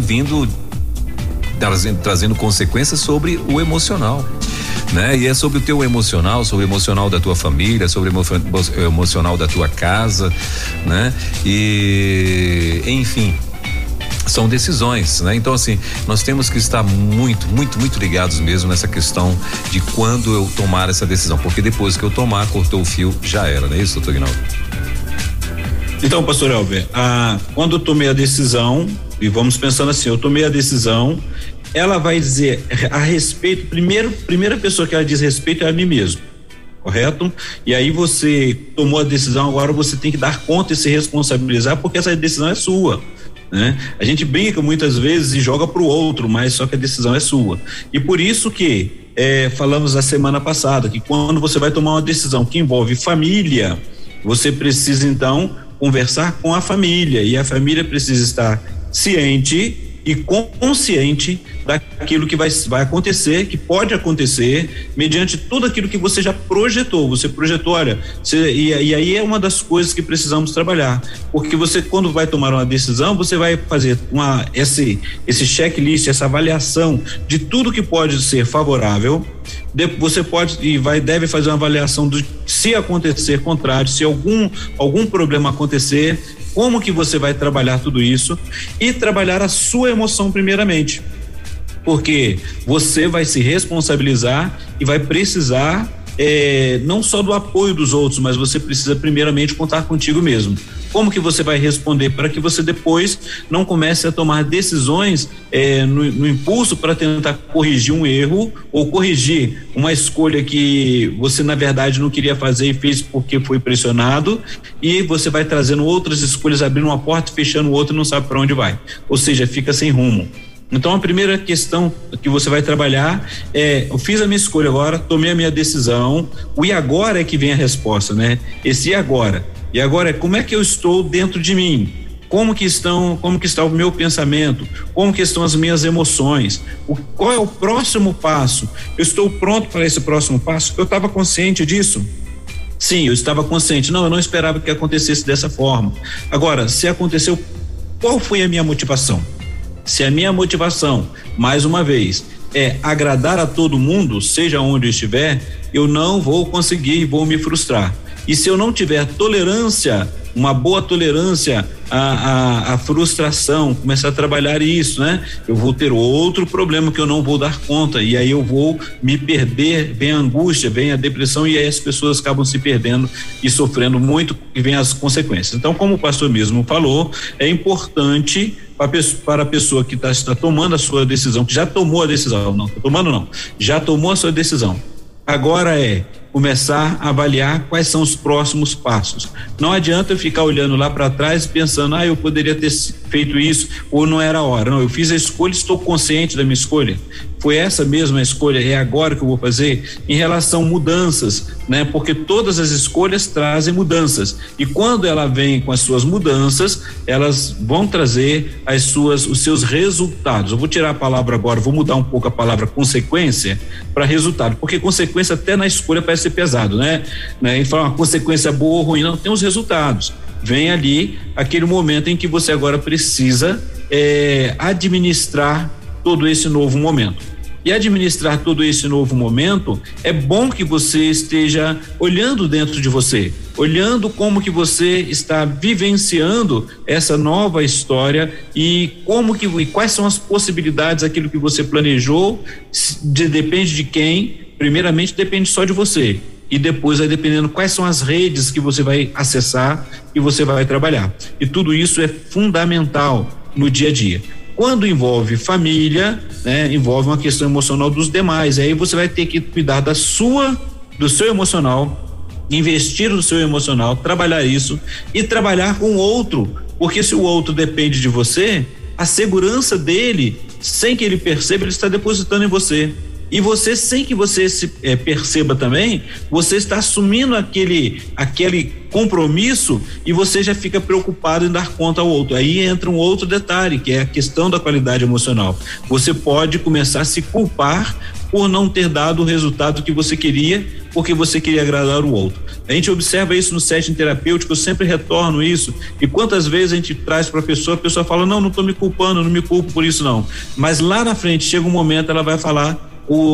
trazendo consequências sobre o emocional, né? E é sobre o teu emocional, sobre o emocional da tua família, sobre o emocional da tua casa, né? E enfim, são decisões, né? Então assim, nós temos que estar muito ligados mesmo nessa questão de quando eu tomar essa decisão, porque depois que eu tomar, cortou o fio, já era, não é isso, doutor Aguinaldo? Então, pastor Elber, quando eu tomei a decisão, e vamos pensando assim, eu tomei a decisão, ela vai dizer a respeito, primeira pessoa que ela diz respeito é a mim mesmo, correto? E aí você tomou a decisão, agora você tem que dar conta e se responsabilizar, porque essa decisão é sua, né? A gente brinca muitas vezes e joga pro outro, mas só que a decisão é sua. E por isso que falamos a semana passada, que quando você vai tomar uma decisão que envolve família, você precisa então conversar com a família, e a família precisa estar ciente e consciente daquilo que vai acontecer, que pode acontecer, mediante tudo aquilo que você já projetou. Você projetou, olha, e aí é uma das coisas que precisamos trabalhar, porque você, quando vai tomar uma decisão, você vai fazer esse checklist, essa avaliação de tudo que pode ser favorável. Você deve fazer uma avaliação do se acontecer contrário, se algum problema acontecer, como que você vai trabalhar tudo isso e trabalhar a sua emoção primeiramente, porque você vai se responsabilizar e vai precisar não só do apoio dos outros, mas você precisa primeiramente contar contigo mesmo. Como que você vai responder para que você depois não comece a tomar decisões no impulso para tentar corrigir um erro ou corrigir uma escolha que você na verdade não queria fazer e fez porque foi pressionado, e você vai trazendo outras escolhas, abrindo uma porta, fechando outra e não sabe para onde vai, ou seja, fica sem rumo. Então a primeira questão que você vai trabalhar eu fiz a minha escolha agora, tomei a minha decisão, o e agora é que vem a resposta, né? Esse e agora é como é que eu estou dentro de mim, como que está o meu pensamento, como que estão as minhas emoções, qual é o próximo passo, eu estou pronto para esse próximo passo, eu estava consciente disso? Sim, eu estava consciente, eu não esperava que acontecesse dessa forma. Agora, se aconteceu, qual foi a minha motivação? Se a minha motivação, mais uma vez, é agradar a todo mundo, seja onde eu estiver, eu não vou conseguir e vou me frustrar. E se eu não tiver tolerância, uma boa tolerância à frustração, começar a trabalhar isso, né? Eu vou ter outro problema que eu não vou dar conta, e aí eu vou me perder, vem a angústia, vem a depressão, e aí as pessoas acabam se perdendo e sofrendo muito, e vem as consequências. Então, como o pastor mesmo falou, é importante para a pessoa que está tomando a sua decisão, que já tomou a decisão, já tomou a sua decisão. Agora começar a avaliar quais são os próximos passos. Não adianta eu ficar olhando lá para trás pensando, eu poderia ter feito isso, ou não era a hora. Não, eu fiz a escolha, estou consciente da minha escolha. Foi essa mesma escolha, é agora que eu vou fazer. Em relação a mudanças, né? Porque todas as escolhas trazem mudanças, e quando ela vem com as suas mudanças, elas vão trazer os seus resultados. Eu vou tirar a palavra agora, vou mudar um pouco a palavra consequência para resultado, porque consequência até na escolha parece ser pesado, né? E falar uma consequência boa ou ruim, não, tem os resultados. Vem ali aquele momento em que você agora precisa administrar todo esse novo momento. E administrar todo esse novo momento, é bom que você esteja olhando dentro de você, olhando como que você está vivenciando essa nova história e quais são as possibilidades, aquilo que você planejou, depende de quem. Primeiramente depende só de você, e depois vai dependendo quais são as redes que você vai acessar e você vai trabalhar. E tudo isso é fundamental no dia a dia. Quando envolve família, né, envolve uma questão emocional dos demais. Aí você vai ter que cuidar do seu emocional, investir no seu emocional, trabalhar isso e trabalhar com o outro, porque se o outro depende de você, a segurança dele, sem que ele perceba, ele está depositando em você. E você, sem que você se perceba também, você está assumindo aquele compromisso e você já fica preocupado em dar conta ao outro. Aí entra um outro detalhe, que é a questão da qualidade emocional. Você pode começar a se culpar por não ter dado o resultado que você queria, porque você queria agradar o outro. A gente observa isso no setting terapêutico, eu sempre retorno isso, e quantas vezes a gente traz para a pessoa fala, não estou me culpando, não me culpo por isso não. Mas lá na frente chega um momento, ela vai falar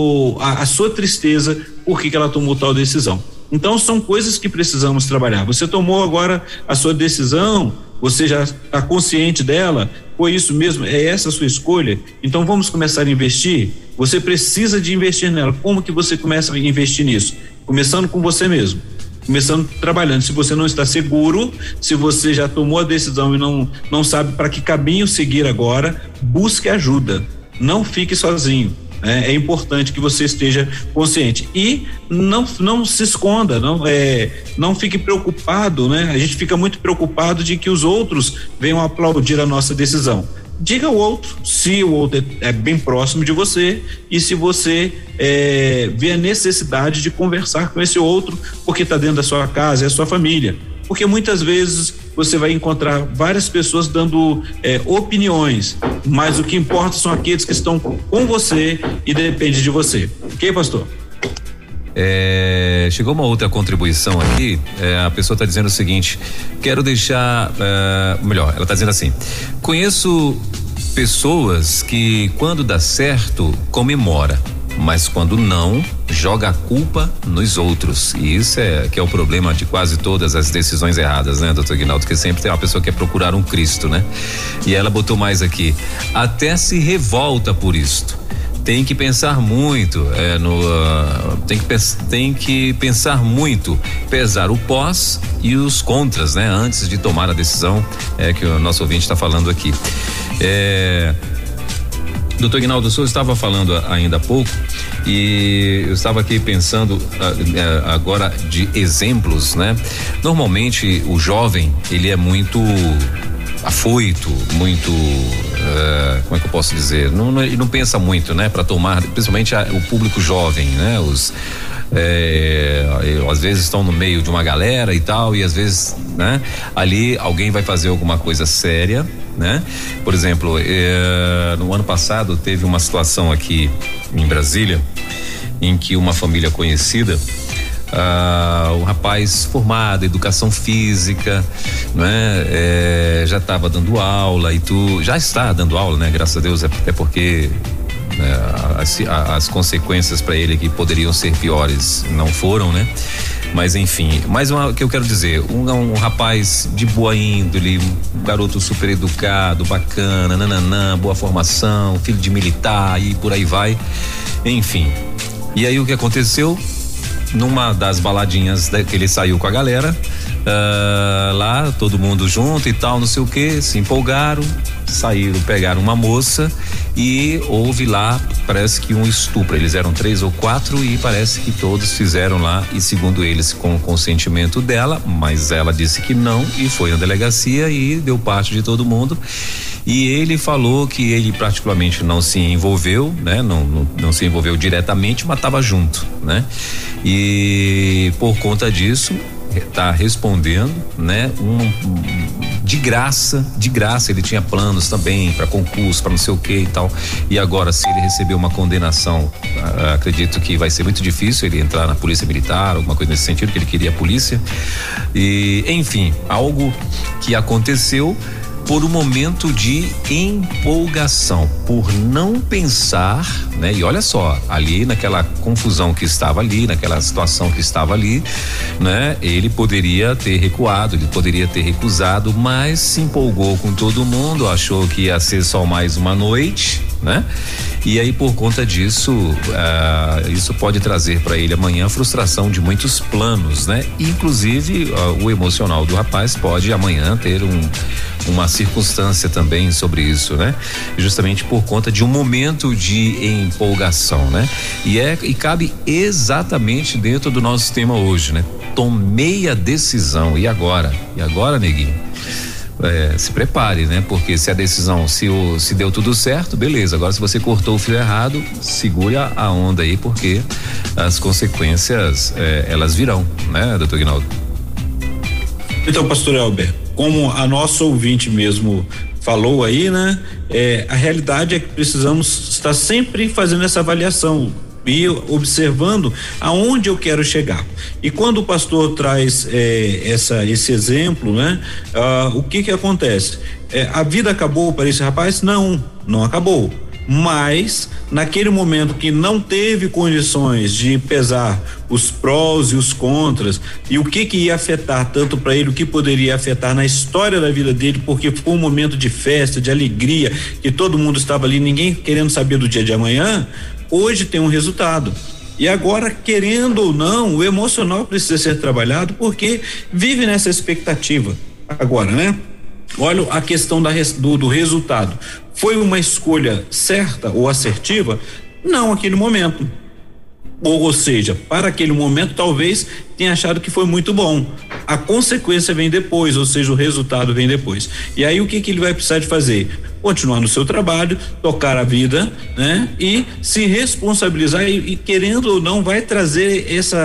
a sua tristeza, por que ela tomou tal decisão. Então são coisas que precisamos trabalhar. Você tomou agora a sua decisão, você já está consciente dela, foi isso mesmo, é essa a sua escolha, então vamos começar a investir. Você precisa de investir nela. Como que você começa a investir nisso? Começando com você mesmo, começando trabalhando. Se você não está seguro, se você já tomou a decisão e não sabe para que caminho seguir agora, busque ajuda, não fique sozinho. É importante que você esteja consciente e não se esconda, não fique preocupado, né? A gente fica muito preocupado de que os outros venham aplaudir a nossa decisão. Diga ao outro, se o outro é bem próximo de você e se você vê a necessidade de conversar com esse outro, porque está dentro da sua casa, é a sua família. Porque muitas vezes você vai encontrar várias pessoas dando opiniões, mas o que importa são aqueles que estão com você e depende de você. Ok, pastor? Chegou uma outra contribuição aqui, a pessoa está dizendo o seguinte, quero deixar, melhor, ela está dizendo assim, conheço pessoas que quando dá certo comemora, mas quando não, joga a culpa nos outros. E isso que é o problema de quase todas as decisões erradas, né, doutor Aguinaldo? Que sempre tem uma pessoa que quer procurar um Cristo, né? E ela botou mais aqui, até se revolta por isto. Tem que pensar muito, tem que pensar muito, pesar o pós e os contras, né? Antes de tomar a decisão, que o nosso ouvinte está falando aqui. Doutor Aguinaldo, o senhor estava falando ainda há pouco e eu estava aqui pensando agora de exemplos, né? Normalmente o jovem, ele é muito afoito, muito, como é que eu posso dizer? Ele não pensa muito, né? Para tomar, principalmente o público jovem, né? Às vezes estão no meio de uma galera e tal, e às vezes, né? Ali alguém vai fazer alguma coisa séria, né? Por exemplo, no ano passado teve uma situação aqui em Brasília em que uma família conhecida, um rapaz formado em educação física, né? Já estava dando aula e já está dando aula, né? Graças a Deus, até porque as consequências para ele que poderiam ser piores não foram, né? Mas enfim, mais uma que eu quero dizer, um rapaz de boa índole, um garoto super educado, bacana, nananã, boa formação, filho de militar e por aí vai, enfim. E aí o que aconteceu? Numa das baladinhas que ele saiu com a galera, Lá todo mundo junto e tal, não sei o que, se empolgaram, saíram, pegaram uma moça e houve lá, parece que um estupro. Eles eram 3 ou 4 e parece que todos fizeram lá, e segundo eles com o consentimento dela, mas ela disse que não e foi na delegacia e deu parte de todo mundo. E ele falou que ele particularmente não se envolveu, né? Não se envolveu diretamente, mas estava junto, né? E por conta disso tá respondendo, né? De graça, ele tinha planos também para concurso, para não sei o que e tal. E agora, se ele receber uma condenação, acredito que vai ser muito difícil ele entrar na polícia militar, alguma coisa nesse sentido, que ele queria a polícia. E, enfim, algo que aconteceu por um momento de empolgação, por não pensar, né? E olha só, ali naquela confusão que estava ali, naquela situação que estava ali, né? Ele poderia ter recuado, ele poderia ter recusado, mas se empolgou com todo mundo, achou que ia ser só mais uma noite, né? E aí, por conta disso, isso pode trazer para ele amanhã a frustração de muitos planos, né? Inclusive, o emocional do rapaz pode amanhã ter uma circunstância também sobre isso, né? Justamente por conta de um momento de empolgação, né? E cabe exatamente dentro do nosso tema hoje, né? Tomei a decisão, e agora? E agora, neguinho? Se prepare, né? Porque se a decisão, se deu tudo certo, beleza. Agora, se você cortou o fio errado, segure a onda aí, porque as consequências, elas virão, né, doutor Aguinaldo? Então, pastor Elber, como a nossa ouvinte mesmo falou aí, né? A realidade é que precisamos estar sempre fazendo essa avaliação e observando aonde eu quero chegar. E quando o pastor traz esse exemplo, né? O que acontece? A vida acabou para esse rapaz? Não acabou. Mas naquele momento que não teve condições de pesar os prós e os contras e o que ia afetar tanto para ele, o que poderia afetar na história da vida dele, porque foi um momento de festa, de alegria, que todo mundo estava ali, ninguém querendo saber do dia de amanhã. Hoje tem um resultado. E agora, querendo ou não, o emocional precisa ser trabalhado, porque vive nessa expectativa. Agora, né? Olha a questão do resultado. Foi uma escolha certa ou assertiva? Não, naquele momento. Ou seja, para aquele momento talvez tenha achado que foi muito bom. A consequência vem depois, ou seja, o resultado vem depois. E aí o que ele vai precisar de fazer? Continuar no seu trabalho, tocar a vida, né? E se responsabilizar e querendo ou não vai trazer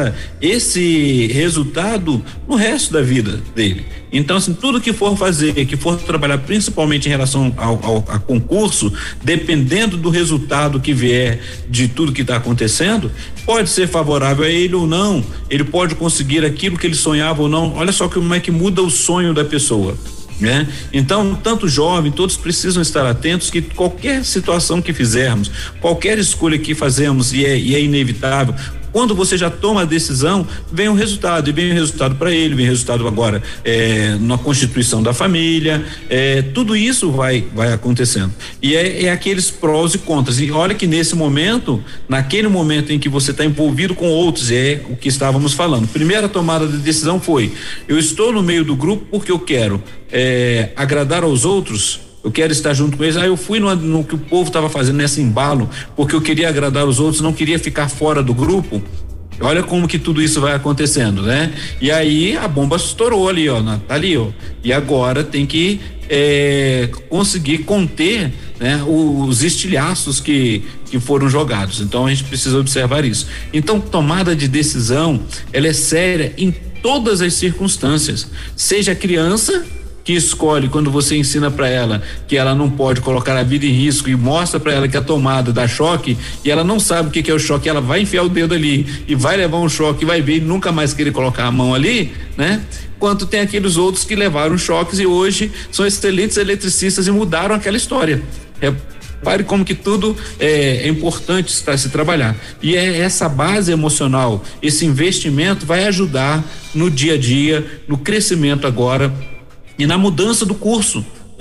esse resultado no resto da vida dele. Então, assim, tudo que for fazer, que for trabalhar principalmente em relação a concurso, dependendo do resultado que vier de tudo que está acontecendo, pode ser favorável a ele ou não, ele pode conseguir aquilo que ele sonhava ou não. Olha só como é que muda o sonho da pessoa, né? Então, tanto jovem, todos precisam estar atentos que qualquer situação que fizermos, qualquer escolha que fazemos e é inevitável, quando você já toma a decisão, vem o resultado, e vem o resultado para ele, vem o resultado agora na constituição da família, tudo isso vai acontecendo. E é aqueles prós e contras. E olha que nesse momento, naquele momento em que você está envolvido com outros, é o que estávamos falando. Primeira tomada de decisão foi: eu estou no meio do grupo porque eu quero agradar aos outros. Eu quero estar junto com eles. Eu fui no que o povo estava fazendo, nesse embalo, porque eu queria agradar os outros, não queria ficar fora do grupo. Olha como que tudo isso vai acontecendo, né? E aí a bomba estourou ali, ó, tá ali, ó. E agora tem que conseguir conter, né, os estilhaços que foram jogados. Então a gente precisa observar isso. Então, tomada de decisão, ela é séria em todas as circunstâncias. Seja criança que escolhe, quando você ensina para ela que ela não pode colocar a vida em risco e mostra para ela que a tomada dá choque e ela não sabe o que é o choque, ela vai enfiar o dedo ali e vai levar um choque, vai ver e nunca mais querer colocar a mão ali, né? Quanto tem aqueles outros que levaram choques e hoje são excelentes eletricistas e mudaram aquela história. Repare como que tudo é importante para se trabalhar. E essa base emocional, esse investimento vai ajudar no dia a dia, no crescimento agora e na mudança do curso,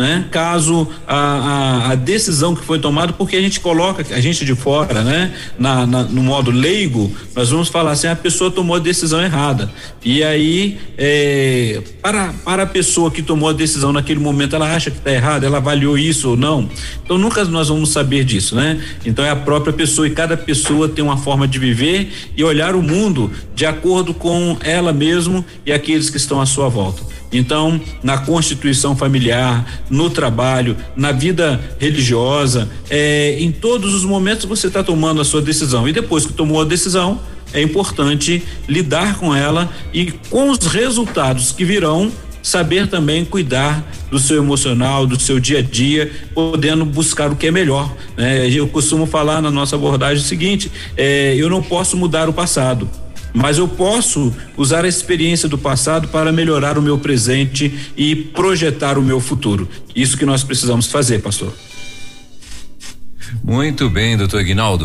né? Caso a decisão que foi tomada, porque a gente coloca a gente de fora, né? No modo leigo, nós vamos falar assim, a pessoa tomou a decisão errada, e aí para a pessoa que tomou a decisão naquele momento, ela acha que está errada, ela avaliou isso ou não, então nunca nós vamos saber disso, né? Então é a própria pessoa, e cada pessoa tem uma forma de viver e olhar o mundo de acordo com ela mesmo e aqueles que estão à sua volta. Então, na constituição familiar, no trabalho, na vida religiosa, em todos os momentos você está tomando a sua decisão, e depois que tomou a decisão, é importante lidar com ela e com os resultados que virão, saber também cuidar do seu emocional, do seu dia a dia, podendo buscar o que é melhor, né? Eu costumo falar na nossa abordagem o seguinte, eu não posso mudar o passado, mas eu posso usar a experiência do passado para melhorar o meu presente e projetar o meu futuro. Isso que nós precisamos fazer, pastor. Muito bem, doutor Aguinaldo,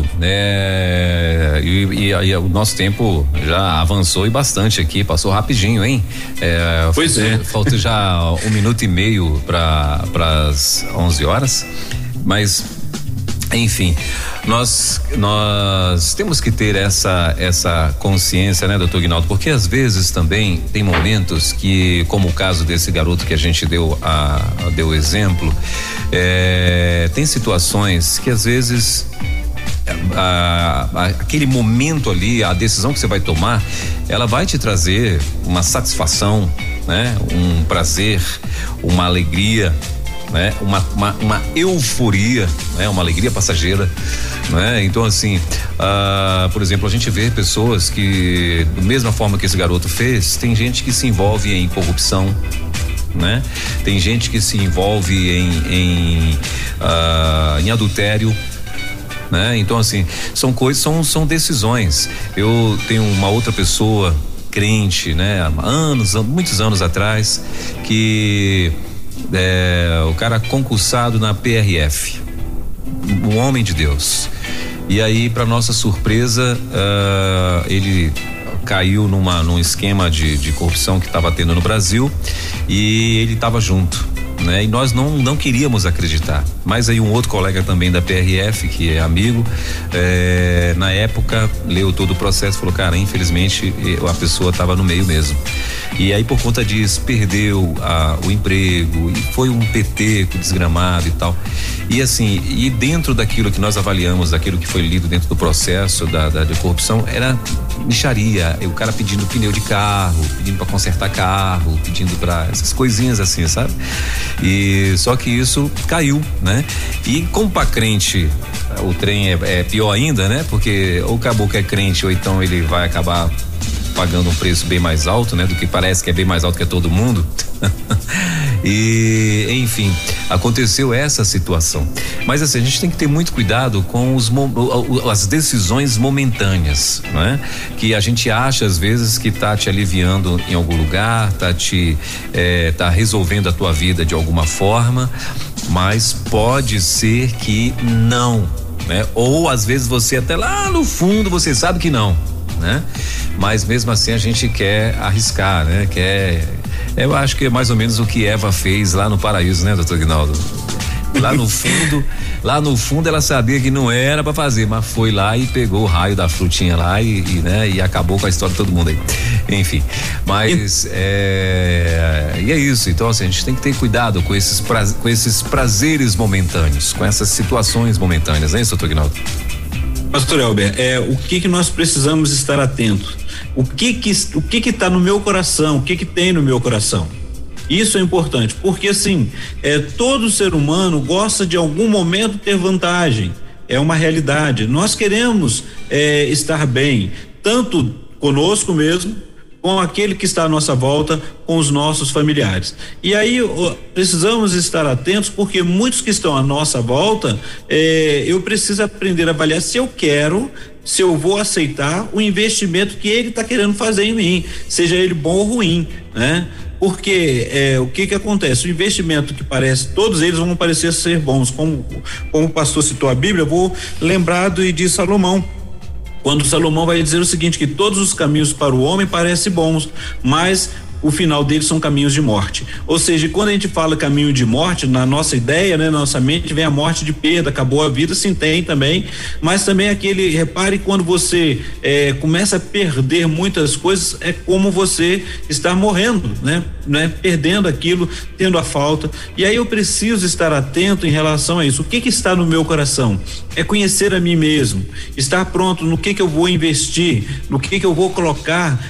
e o nosso tempo já avançou e bastante aqui, passou rapidinho, hein? Pois é. Falta já 1 minuto e meio para as 11 horas, mas enfim, nós temos que ter essa consciência, né, doutor Aguinaldo, porque às vezes também tem momentos que, como o caso desse garoto que a gente deu exemplo, tem situações que às vezes aquele momento ali, a decisão que você vai tomar, ela vai te trazer uma satisfação, né, um prazer, uma alegria, né? Uma euforia, né? Uma alegria passageira, né? Então assim, por exemplo, a gente vê pessoas que, da mesma forma que esse garoto fez, tem gente que se envolve em corrupção, né? Tem gente que se envolve em adultério, né? Então assim, são coisas, são decisões. Eu tenho uma outra pessoa crente, né? Muitos anos atrás, que o cara concursado na PRF, um homem de Deus, e aí, para nossa surpresa, ele caiu num esquema de corrupção que estava tendo no Brasil, e ele estava junto, né? E nós não queríamos acreditar, mas aí um outro colega também da PRF, que é amigo, na época leu todo o processo e falou, cara, infelizmente a pessoa estava no meio mesmo, e aí por conta disso perdeu o emprego, e foi um peteco desgramado e tal, e assim, e dentro daquilo que nós avaliamos, daquilo que foi lido dentro do processo da corrupção, era mixaria, o cara pedindo pneu de carro, pedindo para consertar carro, pedindo para essas coisinhas assim, sabe? E só que isso caiu, né? E como pra crente o trem é pior ainda, né? Porque ou o caboclo é crente, ou então ele vai acabar pagando um preço bem mais alto, né? Do que parece que é bem mais alto que todo mundo. E enfim, aconteceu essa situação. Mas assim, a gente tem que ter muito cuidado com as decisões momentâneas, né? Que a gente acha às vezes que tá te aliviando em algum lugar, tá resolvendo a tua vida de alguma forma, mas pode ser que não, né? Ou às vezes você até lá no fundo você sabe que não, né? Mas mesmo assim a gente quer arriscar, né? Eu acho que é mais ou menos o que Eva fez lá no paraíso, né, doutor Aguinaldo? Lá no fundo ela sabia que não era pra fazer, mas foi lá e pegou o raio da frutinha lá e acabou com a história de todo mundo aí. Enfim, mas e é isso. Então assim, a gente tem que ter cuidado com esses prazeres momentâneos, com essas situações momentâneas, né, doutor Aguinaldo? Pastor Elber, o que nós precisamos estar atentos? O que está no meu coração? O que tem no meu coração? Isso é importante, porque assim, todo ser humano gosta de algum momento ter vantagem. É uma realidade. Nós queremos estar bem, tanto conosco mesmo, com aquele que está à nossa volta, com os nossos familiares. E aí precisamos estar atentos, porque muitos que estão à nossa volta, eu preciso aprender a avaliar se eu vou aceitar o investimento que ele está querendo fazer em mim, seja ele bom ou ruim, né? Porque o que acontece? O investimento que todos eles vão parecer ser bons, como o pastor citou a Bíblia, eu vou lembrar de Salomão. Quando Salomão vai dizer o seguinte, que todos os caminhos para o homem parecem bons, mas o final deles são caminhos de morte. Ou seja, quando a gente fala caminho de morte, na nossa ideia, né, na nossa mente vem a morte de perda, acabou a vida, sim, tem também, mas também aquele, repare, quando você começa a perder muitas coisas, é como você está morrendo, né? Perdendo aquilo, tendo a falta. E aí eu preciso estar atento em relação a isso. O que está no meu coração? É conhecer a mim mesmo, estar pronto no que eu vou investir, no que eu vou colocar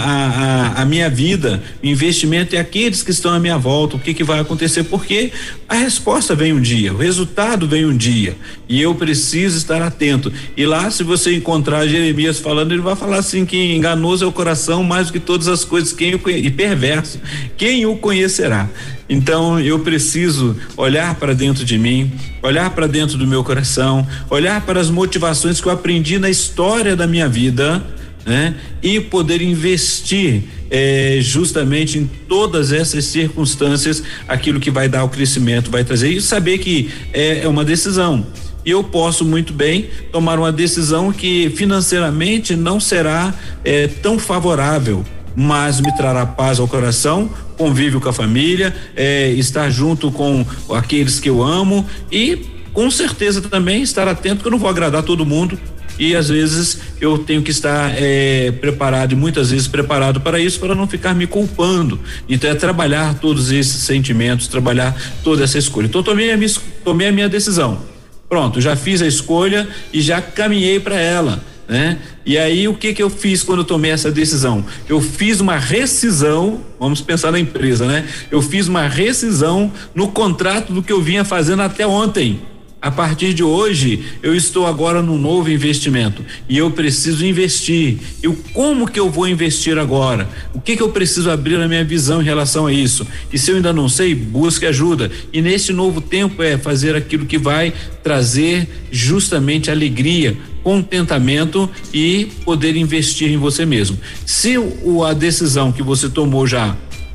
a minha vida. O investimento é aqueles que estão à minha volta, o que vai acontecer, porque a resposta vem um dia, o resultado vem um dia, e eu preciso estar atento. E lá, se você encontrar Jeremias falando, ele vai falar assim, que enganoso é o coração mais do que todas as coisas, e perverso, quem o conhecerá? Então eu preciso olhar para dentro de mim, olhar para dentro do meu coração, olhar para as motivações que eu aprendi na história da minha vida, né? E poder investir justamente em todas essas circunstâncias aquilo que vai dar o crescimento, vai trazer, e saber que é uma decisão. E eu posso muito bem tomar uma decisão que financeiramente não será tão favorável, mas me trará paz ao coração, convívio com a família, estar junto com aqueles que eu amo, e com certeza também estar atento, que eu não vou agradar todo mundo, e às vezes eu tenho que estar preparado, e muitas vezes preparado para isso, para não ficar me culpando. Então é trabalhar todos esses sentimentos, trabalhar toda essa escolha. Então tomei a minha decisão, pronto, já fiz a escolha e já caminhei para ela, né? E aí o que eu fiz quando eu tomei essa decisão? Eu fiz uma rescisão, vamos pensar na empresa, né? Eu fiz uma rescisão no contrato do que eu vinha fazendo até ontem. A partir de hoje, eu estou agora num novo investimento e eu preciso investir. Como que eu vou investir agora? O que eu preciso abrir na minha visão em relação a isso? E se eu ainda não sei, busque ajuda. E nesse novo tempo fazer aquilo que vai trazer justamente alegria, contentamento e poder investir em você mesmo. Se a decisão que você tomou já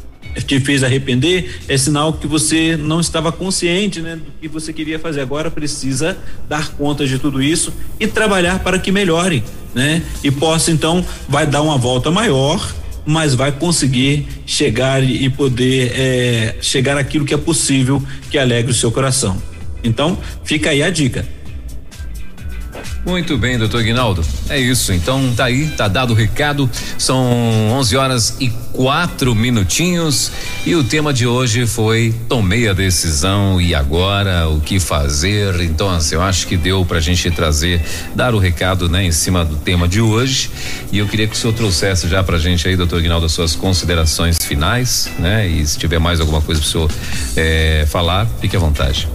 te fez arrepender, é sinal que você não estava consciente, né, do que você queria fazer. Agora precisa dar conta de tudo isso e trabalhar para que melhore, né? E possa, então, vai dar uma volta maior, mas vai conseguir chegar e poder chegar àquilo que é possível, que alegre o seu coração. Então, fica aí a dica. Muito bem, doutor Aguinaldo. É isso, então tá aí, tá dado o recado. São 11h04 e o tema de hoje foi: tomei a decisão e agora o que fazer? Então, assim, eu acho que deu pra gente dar o recado, né, em cima do tema de hoje. E eu queria que o senhor trouxesse já pra gente aí, doutor Aguinaldo, as suas considerações finais, né? E se tiver mais alguma coisa pro senhor falar, fique à vontade.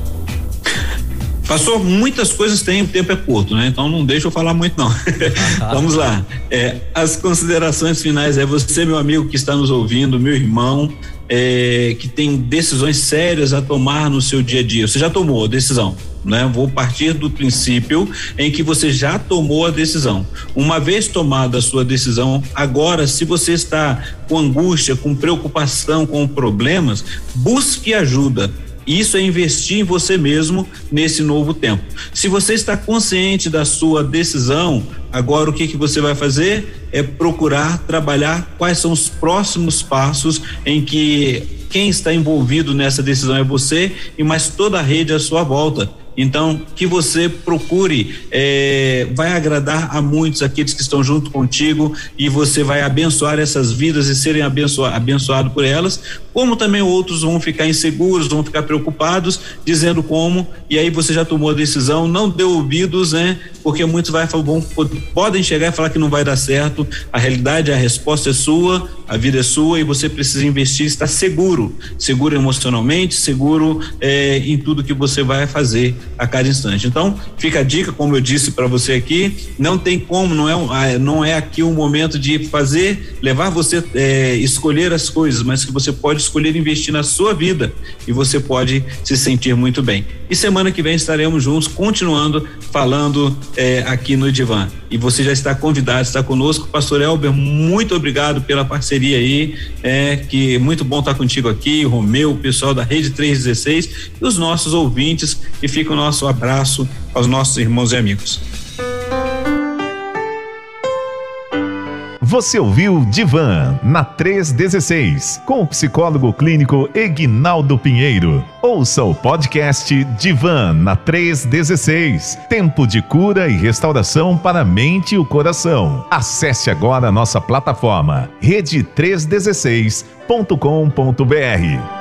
Passou muitas coisas, o tempo é curto, né? Então não deixa eu falar muito não. Vamos lá. As considerações finais você, meu amigo que está nos ouvindo, meu irmão, que tem decisões sérias a tomar no seu dia a dia. Você já tomou a decisão, né? Vou partir do princípio em que você já tomou a decisão. Uma vez tomada a sua decisão, agora, se você está com angústia, com preocupação, com problemas, busque ajuda. Isso é investir em você mesmo nesse novo tempo. Se você está consciente da sua decisão, agora o que você vai fazer? É procurar trabalhar quais são os próximos passos em que quem está envolvido nessa decisão é você e mais toda a rede à sua volta. Então, que você procure, vai agradar a muitos, aqueles que estão junto contigo, e você vai abençoar essas vidas e serem abençoado por elas, como também outros vão ficar inseguros, vão ficar preocupados, dizendo como, e aí você já tomou a decisão, não deu ouvidos, né? Porque muitos podem chegar e falar que não vai dar certo. A realidade, a resposta é sua, a vida é sua, e você precisa investir, estar seguro emocionalmente, seguro em tudo que você vai fazer a cada instante. Então, fica a dica, como eu disse para você aqui, não tem como, não é aqui um momento de levar você escolher as coisas, mas que você pode escolher investir na sua vida e você pode se sentir muito bem. E semana que vem estaremos juntos, continuando falando aqui no Divã. E você já está convidado, está conosco. Pastor Elber, muito obrigado pela parceria aí, que muito bom estar contigo aqui, Romeu, o pessoal da Rede 316 e os nossos ouvintes, e fica o nosso abraço aos nossos irmãos e amigos. Você ouviu Divan na 316, com o psicólogo clínico Eguinaldo Pinheiro. Ouça o podcast Divan na 316, tempo de cura e restauração para a mente e o coração. Acesse agora a nossa plataforma rede316.com.br.